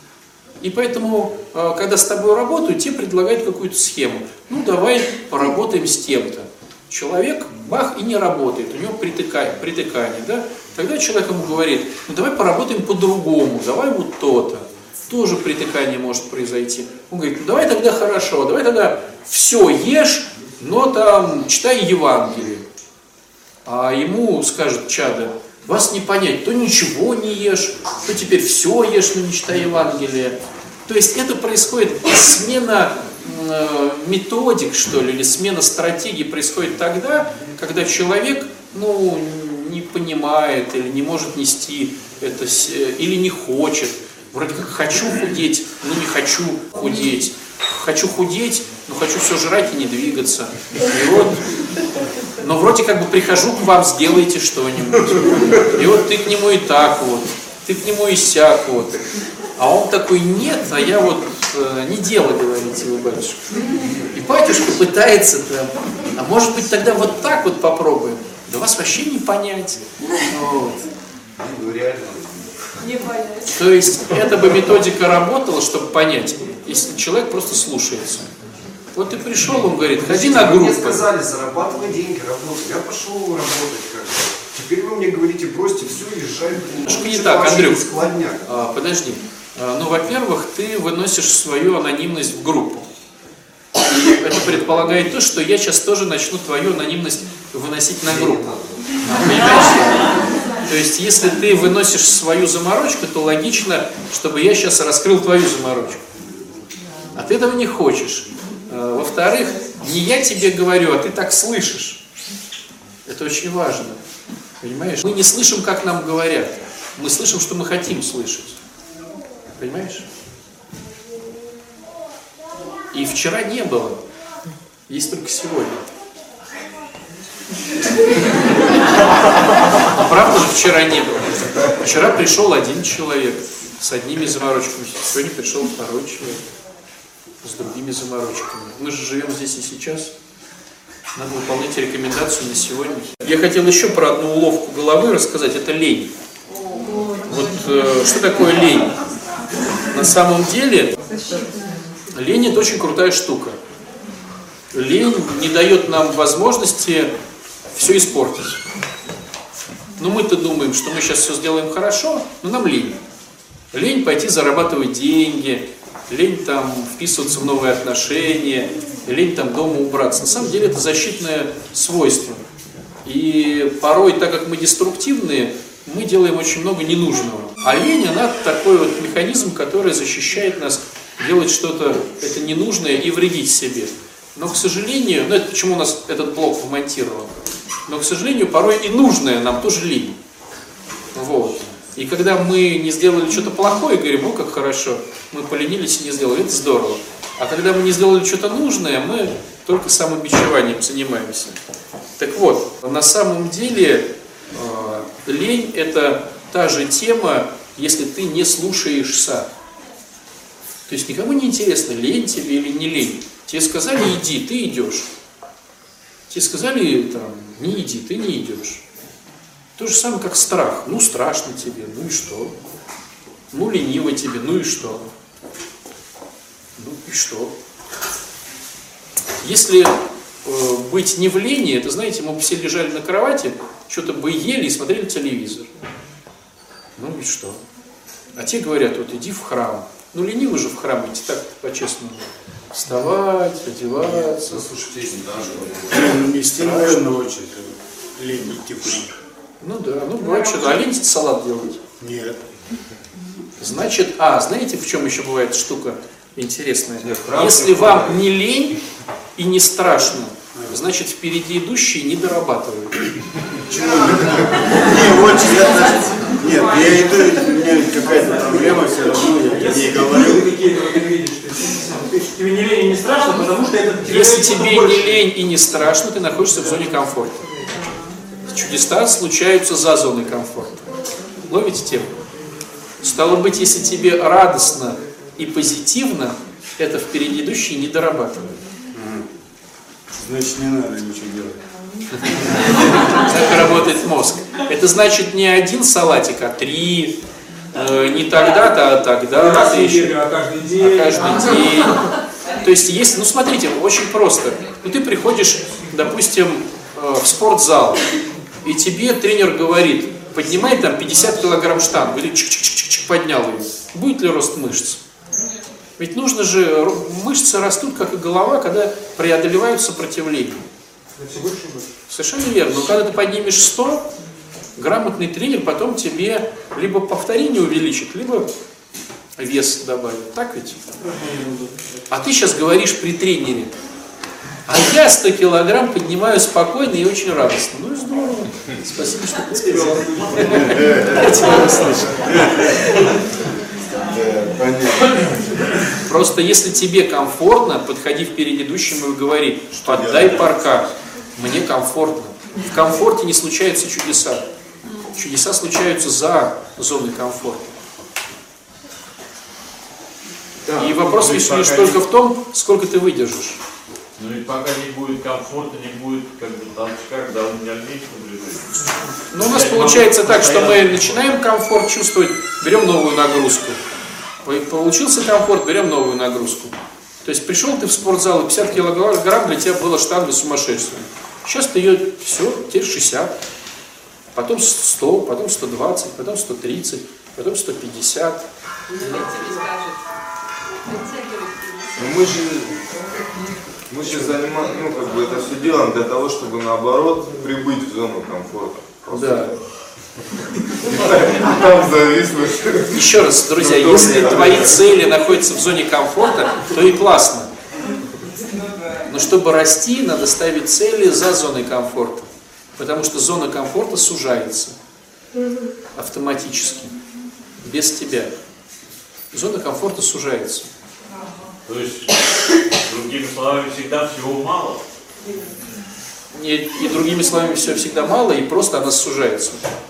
Speaker 1: И поэтому, когда с тобой работают, тебе предлагают какую-то схему. Ну, давай поработаем с тем-то. Человек, бах, и не работает, у него притыкание, да? Тогда человек ему говорит, ну, давай поработаем по-другому, давай вот то-то. Тоже притыкание может произойти. Он говорит, ну, давай тогда хорошо, давай тогда все ешь, но там читай Евангелие. А ему скажет чадо, вас не понять, то ничего не ешь, то теперь все ешь, но не читай Евангелие. То есть это происходит смена методик, что ли, или смена стратегии происходит тогда, когда человек, не понимает или не может нести это, или не хочет. Вроде как хочу худеть, но не хочу худеть. Хочу худеть, но хочу все жрать и не двигаться. И вот, но вроде как бы прихожу к вам, сделайте что-нибудь. И вот ты к нему и так вот, ты к нему и сяк вот. А он такой, нет, а я вот не дело, говорите вы, батюшка. И батюшка пытается там, а может быть тогда вот так вот попробуем. Да вас вообще не понять. Вот.
Speaker 9: Ну реально.
Speaker 3: Не понять.
Speaker 1: То есть эта бы методика работала, чтобы понять, если человек просто слушается. Вот ты пришел, он говорит, ходи на группу.
Speaker 9: Мне сказали, зарабатывай деньги, работай. Я пошел работать как-то. Теперь вы мне говорите, бросьте все и езжай.
Speaker 1: Немножко не так, Андрюх. Подожди. Ну, во-первых, ты выносишь свою анонимность в группу. И это предполагает то, что я сейчас тоже начну твою анонимность выносить на группу. Понимаешь? То есть, если ты выносишь свою заморочку, то логично, чтобы я сейчас раскрыл твою заморочку. А ты этого не хочешь. Во-вторых, Не я тебе говорю, а ты так слышишь. Это очень важно. Понимаешь? Мы не слышим, как нам говорят. Мы слышим, что мы хотим слышать. Понимаешь? И вчера не было. Есть только сегодня. Правда же вчера не было? Вчера пришел один человек с одними заморочками. Сегодня пришел второй человек с другими заморочками. Мы же живем здесь и сейчас. Надо выполнять рекомендацию на сегодня. Я хотел еще про одну уловку головы рассказать. Это лень. Вот что такое лень? На самом деле, лень — это очень крутая штука. Лень не дает нам возможности все испортить. Но мы-то думаем, что мы сейчас все сделаем хорошо, но нам лень. Лень пойти зарабатывать деньги, лень там вписываться в новые отношения, лень там дома убраться. На самом деле это защитное свойство. И порой, так как мы деструктивные, мы делаем очень много ненужного. А лень, она такой вот механизм, который защищает нас делать что-то это ненужное и вредить себе. Но, к сожалению, это почему у нас этот блок вмонтирован, но, к сожалению, порой и нужное нам тоже лень. Вот. И когда мы не сделали что-то плохое, говорим, как хорошо, мы поленились и не сделали, это здорово. А когда мы не сделали что-то нужное, мы только самобичеванием занимаемся. Так вот, на самом деле, лень – это та же тема, если ты не слушаешься. То есть никому не интересно, лень тебе или не лень. Тебе сказали, иди, ты идешь. Тебе сказали, там, не иди, ты не идешь. То же самое, как страх. Ну, страшно тебе, ну и что? Ну, лениво тебе, ну и что? Ну и что? Если быть не в лени, это, знаете, мы бы все лежали на кровати, что-то бы ели и смотрели телевизор. Ну и что? А те говорят, вот иди в храм. Ну, лениво же в храм идти, так по-честному. Вставать, одеваться.
Speaker 9: Слушайте, если даже нести, наверное, очень лень идти в храм.
Speaker 1: Ну да, ну бывает что-то. А лень салат делать?
Speaker 9: Нет.
Speaker 1: Значит, знаете, в чем еще бывает штука интересная? Если вам не лень и не страшно, значит, впереди идущие не дорабатывают.
Speaker 9: Нет, я иду, у меня какая-то проблема, все равно я не говорю.
Speaker 14: Тебе не лень и не страшно, потому что это...
Speaker 1: Если тебе не лень и не страшно, ты находишься в зоне комфорта. Чудеса случаются за зоной комфорта. Ловите тему? Стало быть, если тебе радостно и позитивно, это впереди идущие не дорабатывают.
Speaker 9: Значит, не надо ничего делать.
Speaker 1: Так работает мозг. Это значит не один салатик, а 3. Не тогда-то, а тогда-то.
Speaker 14: А каждый день.
Speaker 1: Каждый день. То есть, если, ну смотрите, очень просто. Ну ты приходишь, допустим, в спортзал, и тебе тренер говорит, поднимай там 50 килограмм штангу, или чик-чик-чик-чик поднял ее. Будет ли рост мышц? Ведь нужно же, мышцы растут, как и голова, когда преодолевают сопротивление. Совершенно верно. Но когда ты поднимешь 100, грамотный тренер потом тебе либо повторение увеличит, либо вес добавит. Так ведь? А ты сейчас говоришь при тренере, а я 100 килограмм поднимаю спокойно и очень радостно. Ну и здорово. Спасибо, что подсказал. Я тебя услышал. Просто если тебе комфортно, подходи к предыдущему и говори, отдай парка, мне комфортно. В комфорте не случаются чудеса. Чудеса случаются за зоной комфорта. И вопрос лишь только в том, сколько ты выдержишь.
Speaker 15: Ну и пока не будет комфорта, не будет как бы толчка, когда у меня лень лежит.
Speaker 1: Ну у нас получается так, что мы начинаем комфорт чувствовать, берем новую нагрузку. Получился комфорт, берем новую нагрузку. То есть пришел ты в спортзал, и 50 килограмм для тебя была штанга сумасшедшая. Сейчас ты ее, все, теперь 60, потом 100, потом 120, потом 130, потом 150.
Speaker 6: Мы же занимаем, ну как бы это все делаем для того, чтобы наоборот прибыть в зону комфорта.
Speaker 1: Да.
Speaker 6: Там зависнуть.
Speaker 1: Еще раз, друзья, если твои цели находятся в зоне комфорта, то и классно. Но чтобы расти, надо ставить цели за зоной комфорта. Потому что зона комфорта сужается автоматически, без тебя. Зона комфорта сужается.
Speaker 15: То есть, другими словами, всегда всего мало?
Speaker 1: И другими словами, все всегда мало, и просто она сужается.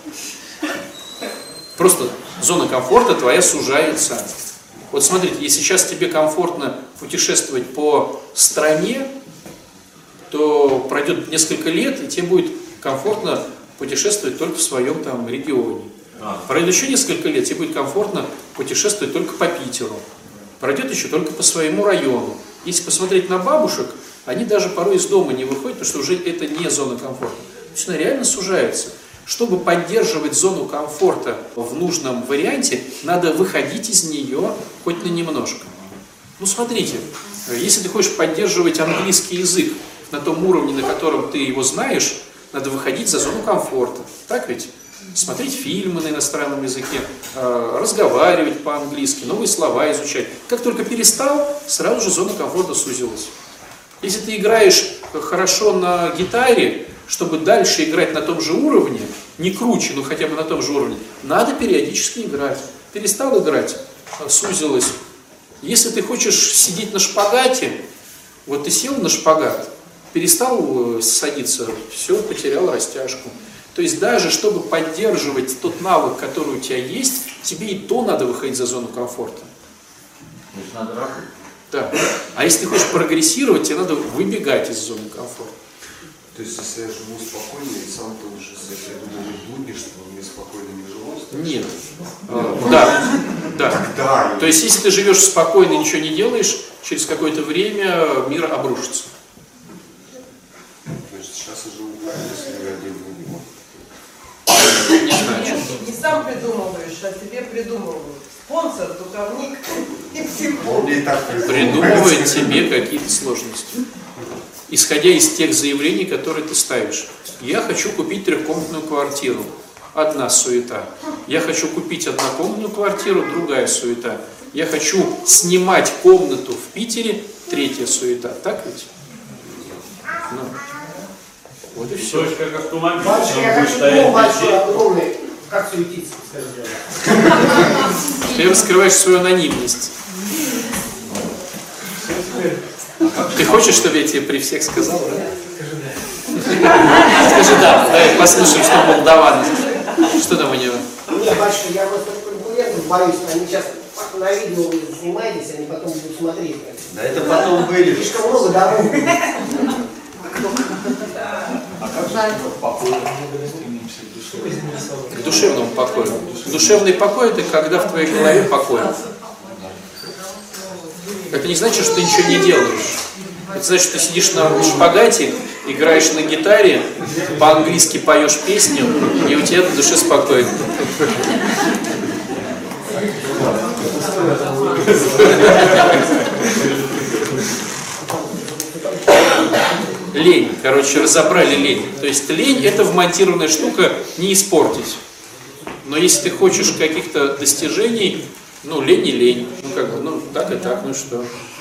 Speaker 1: Просто зона комфорта твоя сужается. Вот смотрите, если сейчас тебе комфортно путешествовать по стране, то пройдет несколько лет, и тебе будет комфортно путешествовать только в своем там регионе. Пройдет еще несколько лет, тебе будет комфортно путешествовать только по Питеру. Пройдет еще только по своему району. Если посмотреть на бабушек, они даже порой из дома не выходят, потому что уже это не зона комфорта. То есть она реально сужается. Чтобы поддерживать зону комфорта в нужном варианте, надо выходить из нее хоть на немножко. Ну смотрите, если ты хочешь поддерживать английский язык на том уровне, на котором ты его знаешь, надо выходить за зону комфорта. Так ведь? Смотреть фильмы на иностранном языке, разговаривать по-английски, новые слова изучать. Как только перестал, сразу же зона комфорта сузилась. Если ты играешь хорошо на гитаре, чтобы дальше играть на том же уровне, не круче, но хотя бы на том же уровне, надо периодически играть. Перестал играть, сузилось. Если ты хочешь сидеть на шпагате, вот ты сел на шпагат, перестал садиться, все, потерял растяжку. То есть даже чтобы поддерживать тот навык, который у тебя есть, тебе и то надо выходить за зону комфорта.
Speaker 15: То есть надо работать.
Speaker 1: Да. А если ты хочешь прогрессировать, тебе надо выбегать из зоны комфорта.
Speaker 9: То есть, если я живу спокойно, и сам ты уже, если я думаю, блудишь, что мне спокойно не живу?
Speaker 1: Нет. Да. То есть, если ты живешь спокойно и ничего не делаешь, через какое-то время мир обрушится.
Speaker 9: То есть, сейчас я живу, если я один
Speaker 1: не знаю.
Speaker 8: Не сам придумываешь, а тебе придумывают. Спонсор, духовник и психолог.
Speaker 1: Придумывает тебе какие-то сложности. Исходя из тех заявлений, которые ты ставишь. Я хочу купить трехкомнатную квартиру. Одна суета. Я хочу купить однокомнатную квартиру, другая суета. Я хочу снимать комнату в Питере, третья суета. Так ведь? Ну. Вот и все.
Speaker 15: То есть, как автомобиль.
Speaker 13: Батюшка, я хочу дом большой, огромный. Как суетиться, скажи?
Speaker 1: Ты раскрываешь свою анонимность. Ты хочешь, чтобы я тебе при всех сказал, да? Скажи да, давай послушаем, что Молдаван. Что там у него?
Speaker 13: Нет, батюшка, я просто конкурентов боюсь, они сейчас на видео вы снимаетесь, они потом будут смотреть.
Speaker 4: Да это потом были.
Speaker 13: Слишком много домов.
Speaker 4: А как же покой?
Speaker 1: К душевному покою. Душевный покой — это когда в твоей голове покой. Это не значит, что ты ничего не делаешь. Это значит, что ты сидишь на шпагате, играешь на гитаре, по-английски поешь песню, и у тебя на душе спокойно. Лень. Короче, разобрали лень. То есть лень — это вмонтированная штука, не испортить. Но если ты хочешь каких-то достижений, ну, лень и лень. Ну, как бы, ну, так и так, ну что.